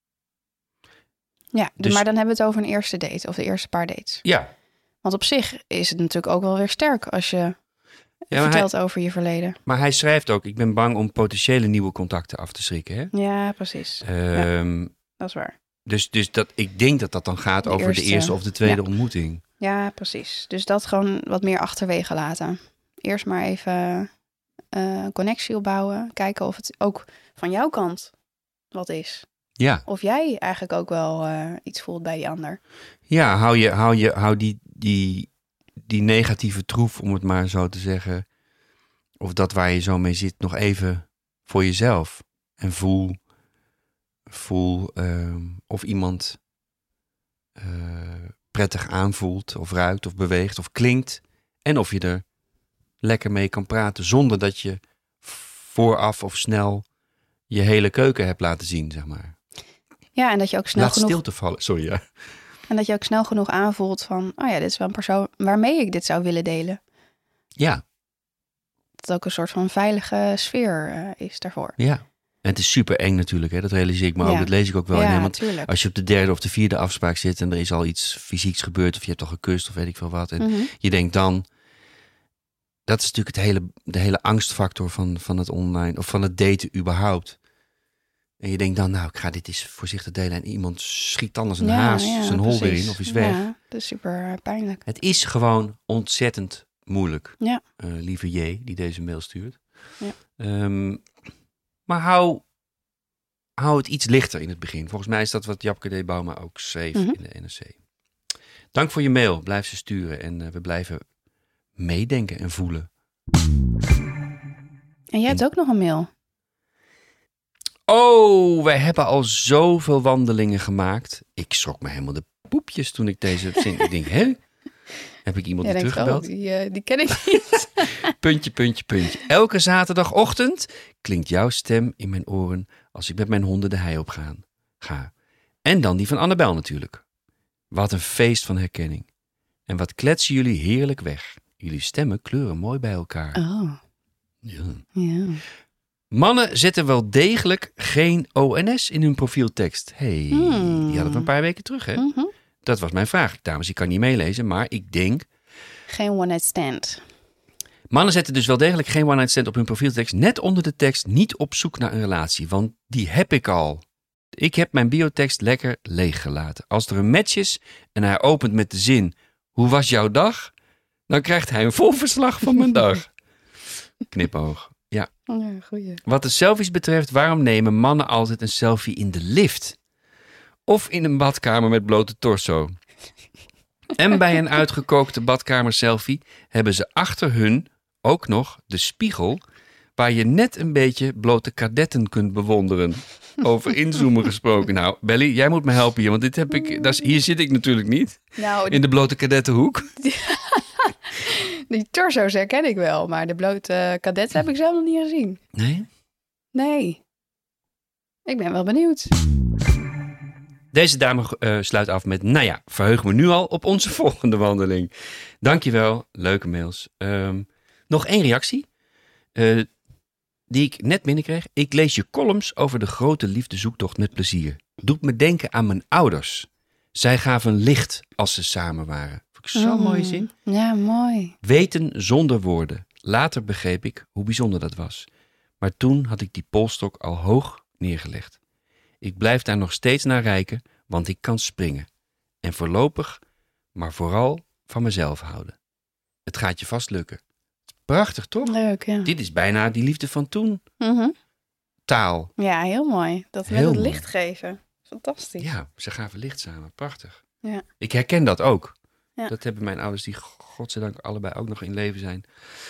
Ja, Dus- maar dan hebben we het over een eerste date of de eerste paar dates. Ja, Want op zich is het natuurlijk ook wel weer sterk als je ja maar, vertelt hij, over je verleden. maar hij schrijft ook, ik ben bang om potentiële nieuwe contacten af te schrikken. Hè? Ja, precies. Um, Dat is waar. Dus, dus dat, ik denk dat dat dan gaat De over eerste, de eerste of de tweede ja. ontmoeting. Ja, precies. Dus dat gewoon wat meer achterwege laten. Eerst maar even uh, een connectie opbouwen. Kijken of het ook van jouw kant wat is. Ja, Of jij eigenlijk ook wel uh, iets voelt bij die ander. ja hou, je, hou, je, hou die, die, die negatieve troef, om het maar zo te zeggen, of dat waar je zo mee zit, nog even voor jezelf. En voel, voel um, of iemand uh, prettig aanvoelt, of ruikt, of beweegt, of klinkt. En of je er lekker mee kan praten, zonder dat je vooraf of snel je hele keuken hebt laten zien, zeg maar. Ja, en dat je ook snel Laat genoeg... stil te vallen, sorry ja. En dat je ook snel genoeg aanvoelt van... oh ja, dit is wel een persoon waarmee ik dit zou willen delen. Ja, Dat het ook een soort van veilige sfeer uh, is daarvoor. ja. En het is super eng natuurlijk, hè? Dat realiseer ik me Ja. ook. Dat lees ik ook wel in. Ja, Hè? Want natuurlijk. als je op de derde of de vierde afspraak zit en er is al iets fysieks gebeurd, of je hebt al gekust of weet ik veel wat. En Mm-hmm. je denkt dan, dat is natuurlijk het hele, de hele angstfactor van, van het online, of van het daten überhaupt. En je denkt dan, nou, ik ga dit eens voorzichtig delen. En iemand schiet dan als een Ja, haas ja, zijn hol weer precies. in of is weg. Ja, dat is super uh, pijnlijk. Het is gewoon ontzettend moeilijk. Ja. Uh, lieve J, die deze mail stuurt. Ja. Um, maar hou, hou het iets lichter in het begin. Volgens mij is dat wat Japke D. Bouma ook schreef Mm-hmm. in de N R C. Dank voor je mail. Blijf ze sturen. En uh, we blijven meedenken en voelen. En jij hebt ook nog een mail. Oh, wij hebben al zoveel wandelingen gemaakt. Ik schrok me helemaal de poepjes toen ik deze zin... Ik denk, hè? Heb ik iemand Jij die denkt, teruggebeld? oh, die, uh, die ken ik niet. Puntje, puntje, puntje. Elke zaterdagochtend klinkt jouw stem in mijn oren als ik met mijn honden de hei op ga. ga. En dan die van Annabel natuurlijk. Wat een feest van herkenning. En wat kletsen jullie heerlijk weg. Jullie stemmen kleuren mooi bij elkaar. Oh, Ja. ja. Mannen zetten wel degelijk geen O N S in hun profieltekst. Hé, hey, Hmm. die hadden we een paar weken terug, hè? Mm-hmm. Dat was mijn vraag. Dames, ik kan niet meelezen, maar ik denk... Geen one-night stand. Mannen zetten dus wel degelijk geen one-night stand op hun profieltekst. Net onder de tekst niet op zoek naar een relatie, want die heb ik al. Ik heb mijn biotekst lekker leeggelaten. Als er een match is en hij opent met de zin... Hoe was jouw dag? Dan krijgt hij een vol verslag van mijn dag. Knipoog. Ja. Ja, goeie. Wat de selfies betreft, waarom nemen mannen altijd een selfie in de lift? Of in een badkamer met blote torso? En bij een uitgekookte badkamer selfie hebben ze achter hun ook nog de spiegel waar je net een beetje blote kadetten kunt bewonderen. Over inzoomen gesproken. Nou, Belly, jij moet me helpen hier, want dit heb ik, dat is, hier zit ik natuurlijk niet. Nou, In de blote kadettenhoek. die torso's herken ik wel, maar de blote kadetten heb ik zelf nog niet gezien. Nee? Nee. Ik ben wel benieuwd. Deze dame uh, sluit af met, nou ja, verheug me nu al op onze volgende wandeling. Dankjewel, leuke mails. Um, nog één reactie, uh, die ik net binnenkreeg. Ik lees je columns over de grote liefdezoektocht met plezier. Doet me denken aan mijn ouders. Zij gaven licht als ze samen waren. Vond ik zo'n Mm. mooie zin. Ja, mooi. Weten zonder woorden. Later begreep ik hoe bijzonder dat was. Maar toen had ik die polstok al hoog neergelegd. Ik blijf daar nog steeds naar reiken, want ik kan springen. En voorlopig, maar vooral van mezelf houden. Het gaat je vast lukken. Prachtig, toch? Leuk, ja. Dit is bijna die liefde van toen. Mhm. Taal. Ja, heel mooi. Dat met Heel het mooi. licht geven. Fantastisch. Ja, ze gaven licht samen. Prachtig. Ja. Ik herken dat ook. Ja. Dat hebben mijn ouders, die godzijdank allebei ook nog in leven zijn.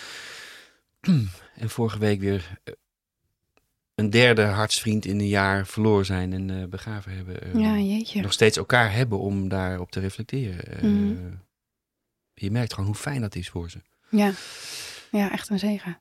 En vorige week weer uh, een derde hartsvriend in een jaar verloren zijn en uh, begraven hebben. Uh, Ja, jeetje. Nog steeds elkaar hebben om daarop te reflecteren. Uh, Mhm. Je merkt gewoon hoe fijn dat is voor ze. Ja. Ja, echt een zegen.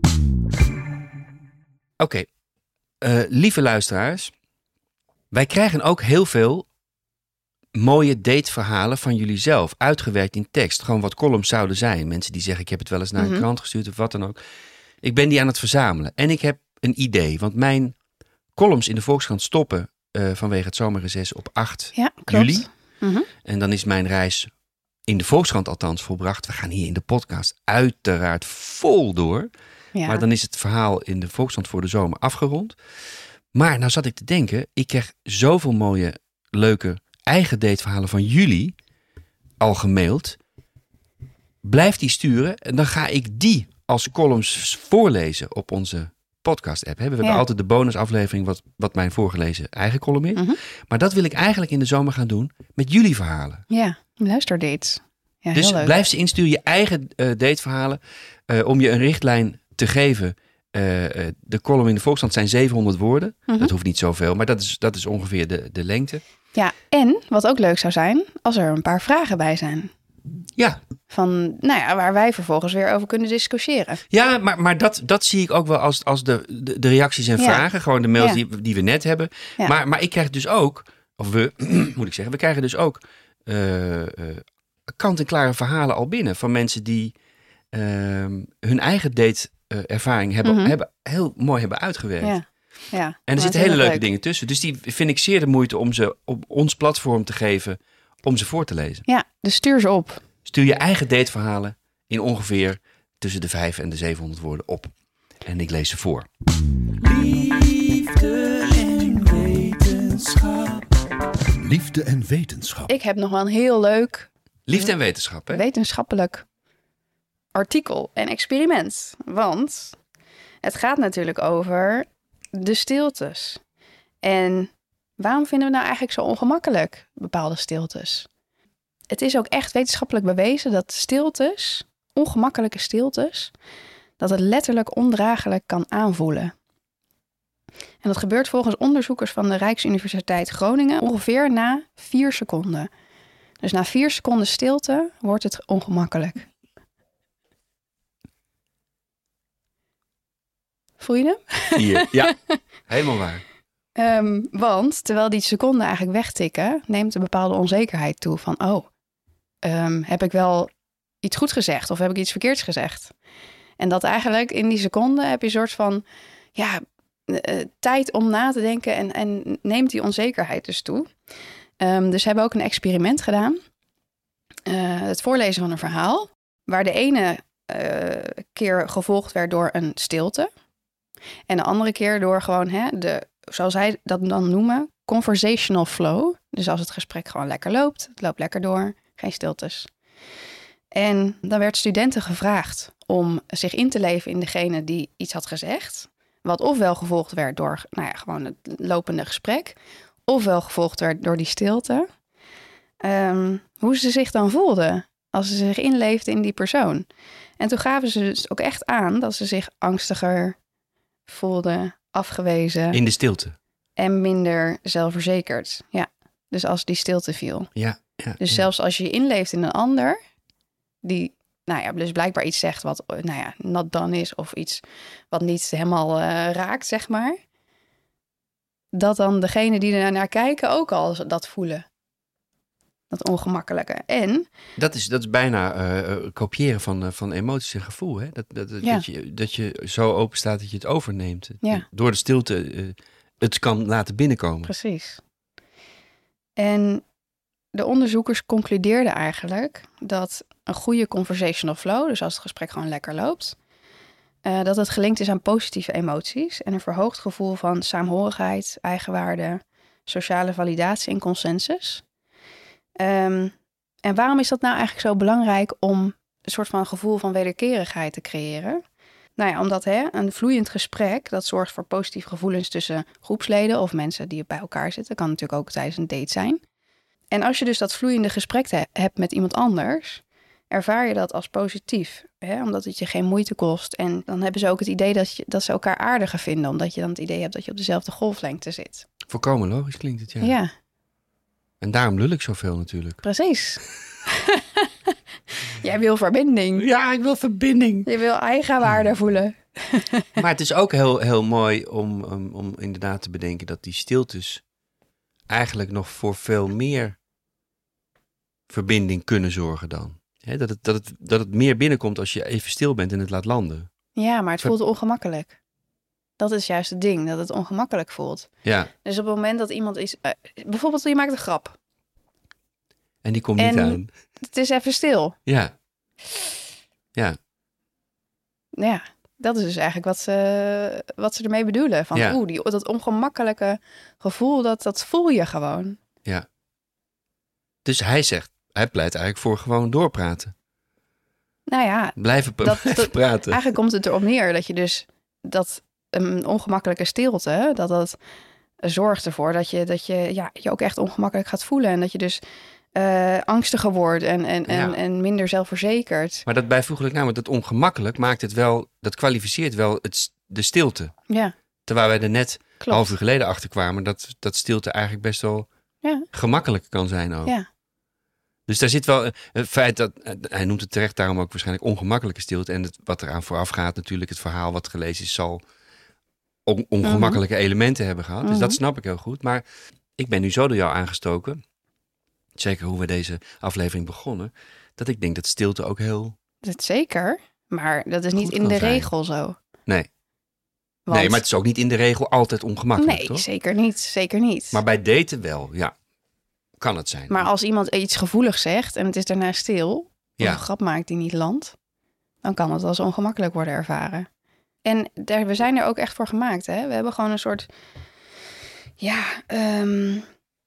Oké, okay. uh, lieve luisteraars. Wij krijgen ook heel veel mooie dateverhalen van jullie zelf. Uitgewerkt in tekst. Gewoon wat columns zouden zijn. Mensen die zeggen, ik heb het wel eens naar Mhm. een krant gestuurd of wat dan ook. Ik ben die aan het verzamelen. En ik heb een idee. Want mijn columns in de Volkskrant stoppen uh, vanwege het zomerreces op acht Ja, klopt. juli. Mhm. En dan is mijn reis in de Volkskrant althans volbracht. We gaan hier in de podcast uiteraard vol door. Ja. Maar dan is het verhaal in de Volkskrant voor de zomer afgerond. Maar nou zat ik te denken, ik krijg zoveel mooie, leuke eigen dateverhalen van jullie al gemaild. Blijf die sturen en dan ga ik die als columns voorlezen op onze podcast-app. We hebben Ja. altijd de bonusaflevering wat, wat mijn voorgelezen eigen column is. Mhm. Maar dat wil ik eigenlijk in de zomer gaan doen met jullie verhalen. Ja, luisterdates. Ja, Dus heel leuk. blijf ze insturen, je eigen uh, dateverhalen, uh, om je een richtlijn te geven. Uh, uh, de column in de Volkskrant zijn zevenhonderd woorden. Mhm. Dat hoeft niet zoveel, maar dat is, dat is ongeveer de, de lengte. Ja, en wat ook leuk zou zijn, als er een paar vragen bij zijn. Ja, Van, nou ja, waar wij vervolgens weer over kunnen discussiëren. ja maar, maar dat, dat zie ik ook wel als, als de, de, de reacties en Ja. vragen. Gewoon de mails Ja. die, die we net hebben. Ja. Maar, maar ik krijg dus ook, of we, moet ik zeggen, we krijgen dus ook uh, uh, kant-en-klare verhalen al binnen. Van mensen die uh, hun eigen date uh, ervaring hebben, Mhm. hebben heel mooi hebben uitgewerkt. Ja, ja. En er Dat zitten is hele heel leuke leuk. dingen tussen. Dus die vind ik zeer de moeite om ze op ons platform te geven om ze voor te lezen. Ja, dus stuur ze op. Stuur je eigen dateverhalen in ongeveer tussen de vijf en de zevenhonderd woorden op. En ik lees ze voor. Liefde en wetenschap. Liefde en wetenschap. Ik heb nog wel een heel leuk Liefde en wetenschap, hè? wetenschappelijk artikel en experiment. Want het gaat natuurlijk over de stiltes. En waarom vinden we nou eigenlijk zo ongemakkelijk bepaalde stiltes? Het is ook echt wetenschappelijk bewezen dat stiltes, ongemakkelijke stiltes, dat het letterlijk ondraaglijk kan aanvoelen. En dat gebeurt volgens onderzoekers van de Rijksuniversiteit Groningen ongeveer na vier seconden. Dus na vier seconden stilte wordt het ongemakkelijk. Voel je hem? Hier. Ja, helemaal waar. Um, want terwijl die seconden eigenlijk wegtikken, neemt een bepaalde onzekerheid toe. Van, oh, um, heb ik wel iets goed gezegd of heb ik iets verkeerds gezegd? En dat eigenlijk in die seconden heb je een soort van ja, uh, tijd om na te denken en, en neemt die onzekerheid dus toe. Um, dus we hebben ook een experiment gedaan. Uh, het voorlezen van een verhaal, waar de ene uh, keer gevolgd werd door een stilte. En de andere keer door gewoon, hè, de, zoals zij dat dan noemen, conversational flow. Dus als het gesprek gewoon lekker loopt, het loopt lekker door, geen stiltes. En dan werd studenten gevraagd om zich in te leven in degene die iets had gezegd. Wat ofwel gevolgd werd door nou ja, gewoon het lopende gesprek, ofwel gevolgd werd door die stilte. Um, hoe ze zich dan voelden als ze zich inleefden in die persoon. En toen gaven ze dus ook echt aan dat ze zich angstiger voelden, afgewezen. In de stilte. En minder zelfverzekerd. Ja, dus als die stilte viel. Ja. ja dus ja. zelfs als je je inleeft in een ander, die nou ja, dus blijkbaar iets zegt wat nou ja, not done is, of iets wat niet helemaal uh, raakt, zeg maar. Dat dan degene die er naar kijken ook al dat voelen. Dat ongemakkelijke. En Dat is, dat is bijna uh, kopiëren van, uh, van emoties en gevoel. Hè? Dat, dat, dat, ja. dat, je, dat je zo open staat dat je het overneemt. Ja. Door de stilte uh, het kan laten binnenkomen. Precies. En de onderzoekers concludeerden eigenlijk dat een goede conversational flow, dus als het gesprek gewoon lekker loopt, uh, dat het gelinkt is aan positieve emoties en een verhoogd gevoel van saamhorigheid, eigenwaarde, sociale validatie en consensus. Um, en waarom is dat nou eigenlijk zo belangrijk om een soort van gevoel van wederkerigheid te creëren? Nou ja, omdat hè, een vloeiend gesprek, dat zorgt voor positieve gevoelens tussen groepsleden of mensen die bij elkaar zitten. Kan natuurlijk ook tijdens een date zijn. En als je dus dat vloeiende gesprek he- hebt met iemand anders, ervaar je dat als positief. Hè? Omdat het je geen moeite kost. En dan hebben ze ook het idee dat, je, dat ze elkaar aardiger vinden, omdat je dan het idee hebt dat je op dezelfde golflengte zit. Volkomen logisch klinkt het, ja. Ja. En daarom lul ik zoveel natuurlijk. Precies. Jij wil verbinding. Ja, ik wil verbinding. Je wil eigenwaarde voelen. Maar het is ook heel, heel mooi om, um, om inderdaad te bedenken dat die stiltes eigenlijk nog voor veel meer verbinding kunnen zorgen dan. He, dat, het, dat, het, dat het meer binnenkomt als je even stil bent en het laat landen. Ja, maar het voelt ongemakkelijk. Dat is juist het ding, dat het ongemakkelijk voelt. Ja. Dus op het moment dat iemand is... Uh, bijvoorbeeld, je maakt een grap. En die komt en niet aan. Het is even stil. Ja. Ja. Ja, dat is dus eigenlijk wat ze, wat ze ermee bedoelen. Van ja. oeh, die, dat ongemakkelijke gevoel, dat, dat voel je gewoon. Ja. Dus hij zegt, hij pleit eigenlijk voor gewoon doorpraten. Nou ja. Blijven, dat, blijven dat, praten. Eigenlijk komt het erop neer dat je dus dat een ongemakkelijke stilte, dat dat zorgt ervoor dat je, dat je ja, je ook echt ongemakkelijk gaat voelen. En dat je dus uh, angstiger wordt en, en, en, ja. en minder zelfverzekerd. Maar dat bijvoeglijk namelijk, dat ongemakkelijk maakt het wel, dat kwalificeert wel het, de stilte. Ja. Terwijl wij er net Klopt. een half uur geleden achter kwamen dat, dat stilte eigenlijk best wel ja. gemakkelijk kan zijn ook. Ja. Dus daar zit wel het feit dat, hij noemt het terecht daarom ook waarschijnlijk ongemakkelijke stilte. En het, wat eraan vooraf gaat natuurlijk, het verhaal wat gelezen is, zal on, ongemakkelijke mm-hmm. elementen hebben gehad. Dus mm-hmm. dat snap ik heel goed. Maar ik ben nu zo door jou aangestoken, zeker hoe we deze aflevering begonnen, dat ik denk dat stilte ook heel... Dat zeker, maar dat is niet in de zijn. regel zo. Nee. Want... Nee, maar het is ook niet in de regel altijd ongemakkelijk, nee, toch? Nee, zeker niet. Zeker niet. Maar bij daten wel, ja. Kan het zijn. Maar als iemand iets gevoeligs zegt en het is daarna stil, of ja. een grap maakt die niet landt, dan kan het als ongemakkelijk worden ervaren. En daar, we zijn er ook echt voor gemaakt, hè? We hebben gewoon een soort, ja, um,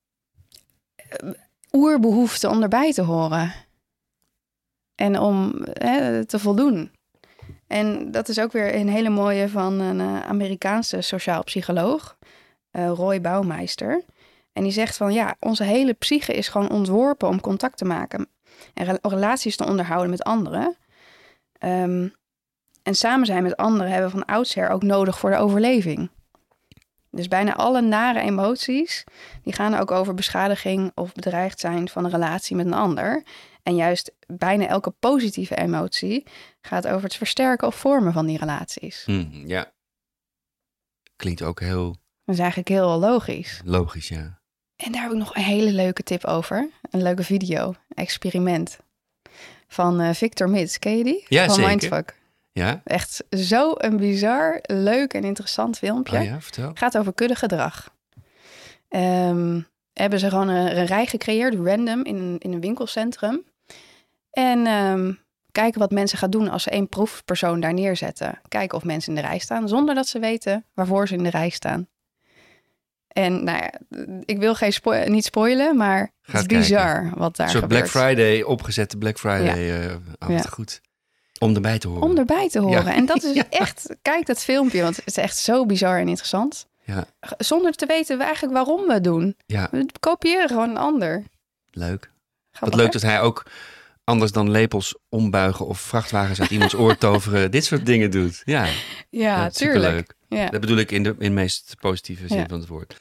oerbehoefte om erbij te horen. En om hè, te voldoen. En dat is ook weer een hele mooie van een uh, Amerikaanse sociaal psycholoog, uh, Roy Baumeister. En die zegt van ja, onze hele psyche is gewoon ontworpen om contact te maken. En re- relaties te onderhouden met anderen. Um, en samen zijn met anderen hebben we van oudsher ook nodig voor de overleving. Dus bijna alle nare emoties, die gaan ook over beschadiging of bedreigd zijn van een relatie met een ander. En juist bijna elke positieve emotie gaat over het versterken of vormen van die relaties. Mm, ja. Klinkt ook heel... Dat is eigenlijk heel logisch. Logisch, ja. En daar heb ik nog een hele leuke tip over. Een leuke video, experiment. Van uh, Victor Mits, ken je die? Ja, van zeker. Mindfuck. Ja. Echt zo een bizar, leuk en interessant filmpje. Oh ja, vertel. Gaat over kuddegedrag. Um, hebben ze gewoon een, een rij gecreëerd, random, in een, in een winkelcentrum. En um, kijken wat mensen gaan doen als ze één proefpersoon daar neerzetten. Kijken of mensen in de rij staan, zonder dat ze weten waarvoor ze in de rij staan. En nou ja, ik wil geen spo- niet spoilen, maar Ga het is bizar wat daar Een soort gebeurt. Black Friday, opgezette Black Friday. Ja. Uh, oh, Ja. goed. Om erbij te horen. Om erbij te horen. Ja. En dat is Ja. echt, kijk dat filmpje, want het is echt zo bizar en interessant. Ja. Zonder te weten eigenlijk waarom we het doen. Ja, We kopiëren gewoon een ander. leuk. Wat Grappig, leuk hè? dat hij ook anders dan lepels ombuigen of vrachtwagens uit iemands oor toveren, dit soort dingen doet. Ja, Ja, ja, tuurlijk. superleuk. Ja. Dat bedoel ik in de, in de meest positieve zin Ja. van het woord.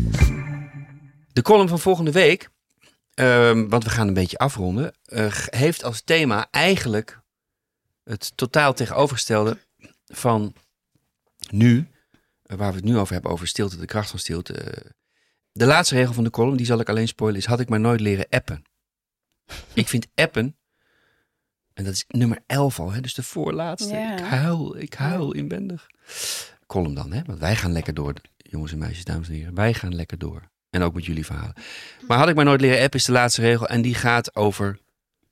De column van volgende week, um, want we gaan een beetje afronden, uh, heeft als thema eigenlijk het totaal tegenovergestelde van nu, uh, waar we het nu over hebben, over stilte, de kracht van stilte. Uh, de laatste regel van de column, die zal ik alleen spoilen, is had ik maar nooit leren appen. Ik vind appen, en dat is nummer elf al, hè, dus de voorlaatste. Ja. Ik huil, ik huil inwendig. Column dan, hè, want wij gaan lekker door, jongens en meisjes, dames en heren. Wij gaan lekker door. En ook met jullie verhalen. Maar had ik maar nooit leren appen is de laatste regel. En die gaat over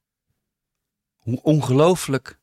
hoe ongelooflijk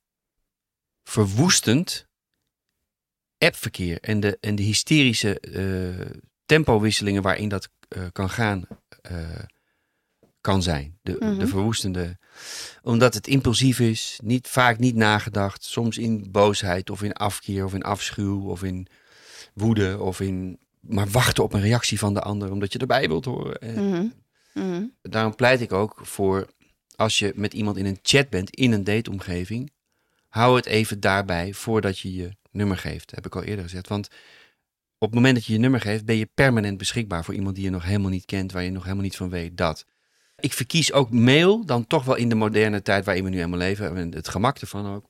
verwoestend appverkeer en de, en de hysterische uh, tempowisselingen waarin dat uh, kan gaan, uh, kan zijn. De, Mm-hmm. de verwoestende. Omdat het impulsief is, niet, vaak niet nagedacht. Soms in boosheid of in afkeer of in afschuw of in woede of in... maar wachten op een reactie van de ander, omdat je erbij wilt horen. Mm-hmm. Mm-hmm. Daarom pleit ik ook voor, als je met iemand in een chat bent, in een dateomgeving, hou het even daarbij voordat je je nummer geeft. Dat heb ik al eerder gezegd. Want op het moment dat je je nummer geeft, ben je permanent beschikbaar voor iemand die je nog helemaal niet kent, waar je nog helemaal niet van weet dat. Ik verkies ook mail dan toch wel in de moderne tijd waarin we nu helemaal leven. En het gemak ervan ook.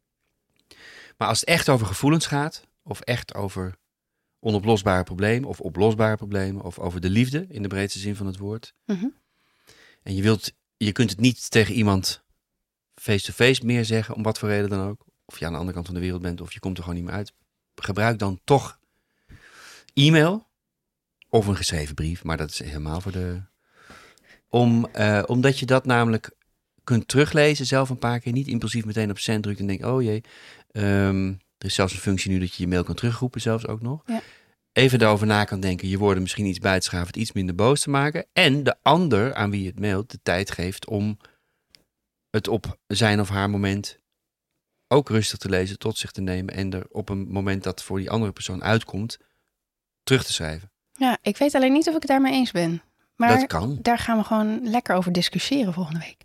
Maar als het echt over gevoelens gaat, of echt over onoplosbare problemen of oplosbare problemen of over de liefde in de breedste zin van het woord. Mm-hmm. En je wilt, je kunt het niet tegen iemand face-to-face meer zeggen, om wat voor reden dan ook. Of je aan de andere kant van de wereld bent of je komt er gewoon niet meer uit. Gebruik dan toch e-mail of een geschreven brief, maar dat is helemaal voor de... Om, uh, omdat je dat namelijk kunt teruglezen zelf een paar keer, niet impulsief meteen op send drukt en denkt, oh jee, um, er is zelfs een functie nu dat je je mail kan terugroepen zelfs ook nog. Ja. Even daarover na kan denken, je woorden misschien iets bij te schaven, het iets minder boos te maken. En de ander aan wie je het mailt de tijd geeft om het op zijn of haar moment ook rustig te lezen, tot zich te nemen en er op een moment dat voor die andere persoon uitkomt, terug te schrijven. Ja, ik weet alleen niet of ik het daarmee eens ben. Maar dat kan. Daar gaan we gewoon lekker over discussiëren volgende week.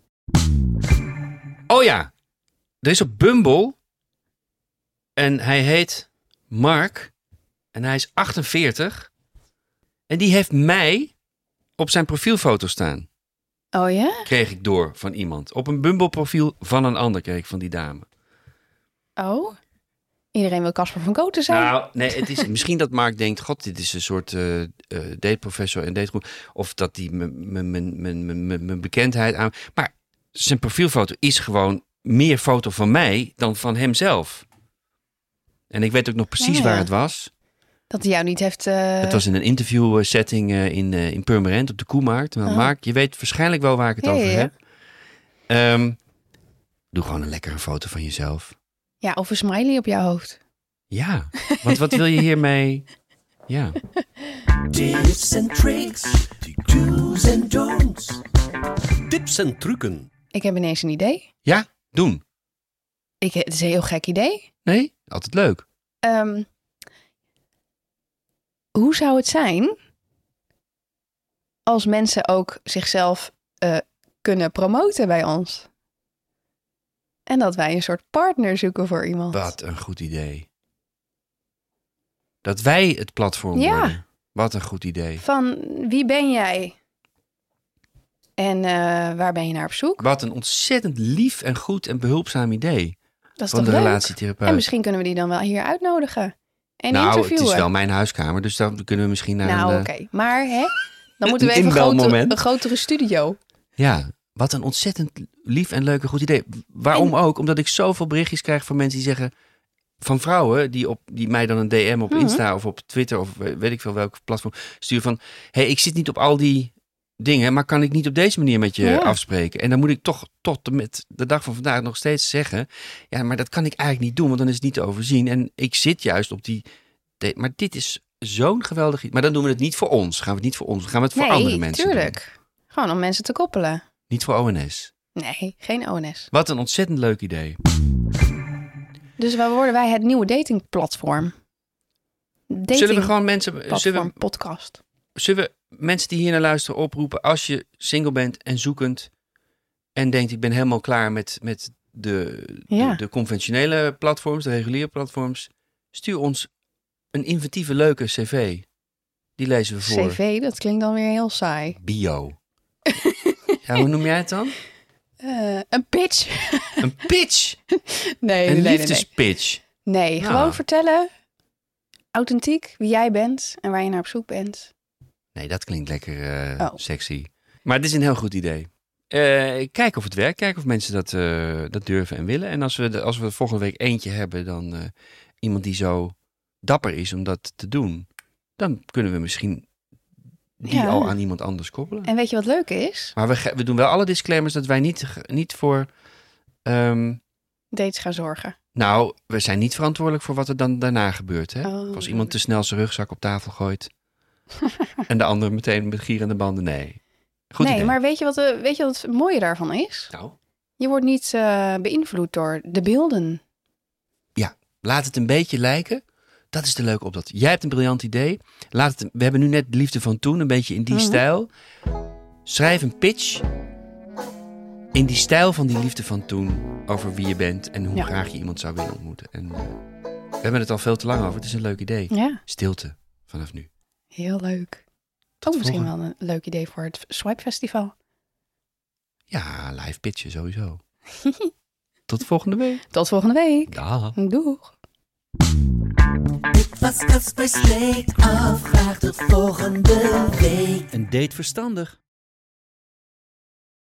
Oh ja, er is op Bumble en hij heet Mark en hij is achtenveertig en die heeft mij op zijn profielfoto staan. Oh ja? Kreeg ik door van iemand. Op een Bumble profiel van een ander kreeg ik van die dame. Oh? Iedereen wil Casper van Koten zijn? Nou, nee, het is misschien dat Mark denkt, god, dit is een soort uh, uh, dateprofessor en dategroep. Of dat die mijn bekendheid aan... Maar zijn profielfoto is gewoon meer foto van mij dan van hemzelf. En ik weet ook nog precies ja, ja. waar het was. Dat hij jou niet heeft... Uh... Het was in een interview setting uh, in, uh, in Purmerend op de Koemarkt. Maar Oh. Mark, je weet waarschijnlijk wel waar ik het Ja, over ja, ja. heb. Um, doe gewoon een lekkere foto van jezelf. Ja, of een smiley op jouw hoofd. Ja, want wat wil je hiermee? Ja. Tips en tricks, do's en don'ts. Tips en trucken. Ik heb ineens een idee. Ja, doen. Ik, het is een heel gek idee. Nee, altijd leuk. Um, hoe zou het zijn als mensen ook zichzelf uh, kunnen promoten bij ons? En dat wij een soort partner zoeken voor iemand. Wat een goed idee. Dat wij het platform Ja. worden. Wat een goed idee. Van wie ben jij? En uh, waar ben je naar op zoek? Wat een ontzettend lief en goed en behulpzaam idee. Dat is Van toch de leuk? relatietherapeut. En misschien kunnen we die dan wel hier uitnodigen. En nou, interviewen. het is wel mijn huiskamer, dus dan kunnen we misschien naar Nou, een... oké. Okay. Maar hè, dan moeten we Een even een, grote, inbelmoment. een grotere studio. Ja, wat een ontzettend lief en leuk en goed idee. Waarom En- ook? Omdat ik zoveel berichtjes krijg van mensen die zeggen... Van vrouwen die, op, die mij dan een D M op Mhm. Insta of op Twitter of weet ik veel welk platform sturen van... Hé, hey, ik zit niet op al die dingen, maar kan ik niet op deze manier met je Ja. afspreken? En dan moet ik toch tot met de dag van vandaag nog steeds zeggen... Ja, maar dat kan ik eigenlijk niet doen, want dan is het niet te overzien. En ik zit juist op die... Maar dit is zo'n geweldig idee. Maar dan doen we het niet voor ons. Gaan we het niet voor ons. Gaan we het voor nee, andere mensen tuurlijk. doen. Gewoon om mensen te koppelen. Niet voor O N S. Nee, geen O N S. Wat een ontzettend leuk idee. Dus waar worden wij het nieuwe datingplatform? Dating Zullen we gewoon mensen... platform, Zullen we, podcast. zullen we mensen die hier naar luisteren oproepen... als je single bent en zoekend... en denkt ik ben helemaal klaar met, met de, Ja. de, de conventionele platforms... de reguliere platforms... stuur ons een inventieve, leuke cv. Die lezen we voor. C V, dat klinkt dan weer heel saai. Bio. Ja, hoe noem jij het dan? Uh, een pitch. Een pitch. Nee, Een nee, nee, nee. liefdespitch. Nee, Nou. gewoon vertellen. Authentiek, wie jij bent en waar je naar op zoek bent. Nee, dat klinkt lekker eh, Oh. sexy. Maar het is een heel goed idee. Eh, kijk of het werkt. Kijk of mensen dat, eh, dat durven en willen. En als we, de, als we volgende week eentje hebben... dan eh, iemand die zo dapper is om dat te doen... dan kunnen we misschien die Ja. al aan iemand anders koppelen. En weet je wat leuk is? Maar we, ge- we doen wel alle disclaimers dat wij niet, ge- niet voor... ehm, Dates gaan zorgen. nou, we zijn niet verantwoordelijk voor wat er dan daarna gebeurt. Hè? Oh. Of als iemand te snel zijn rugzak op tafel gooit... en de ander meteen met gierende banden, nee. Goed nee, idee. maar weet je, wat, de, weet je wat het mooie daarvan is? Nou, Je wordt niet uh, beïnvloed door de beelden. laat het een beetje lijken. Dat is de leuke opdracht. Jij hebt een briljant idee. Laat het, we hebben nu net de liefde van toen, een beetje in die Mhm. stijl. Schrijf een pitch in die stijl van die liefde van toen over wie je bent en hoe Ja. graag je iemand zou willen ontmoeten. En uh, we hebben het al veel te lang over. Het is een leuk idee. Ja, Stilte vanaf nu. heel leuk. Tot Ook misschien volgende- wel een leuk idee voor het Swipe Festival. Ja, live pitchen sowieso. Tot volgende week. Tot volgende week. Dag. Doeg. Dit was Kasper Spreekt Af. Graag tot volgende week. Een date verstandig.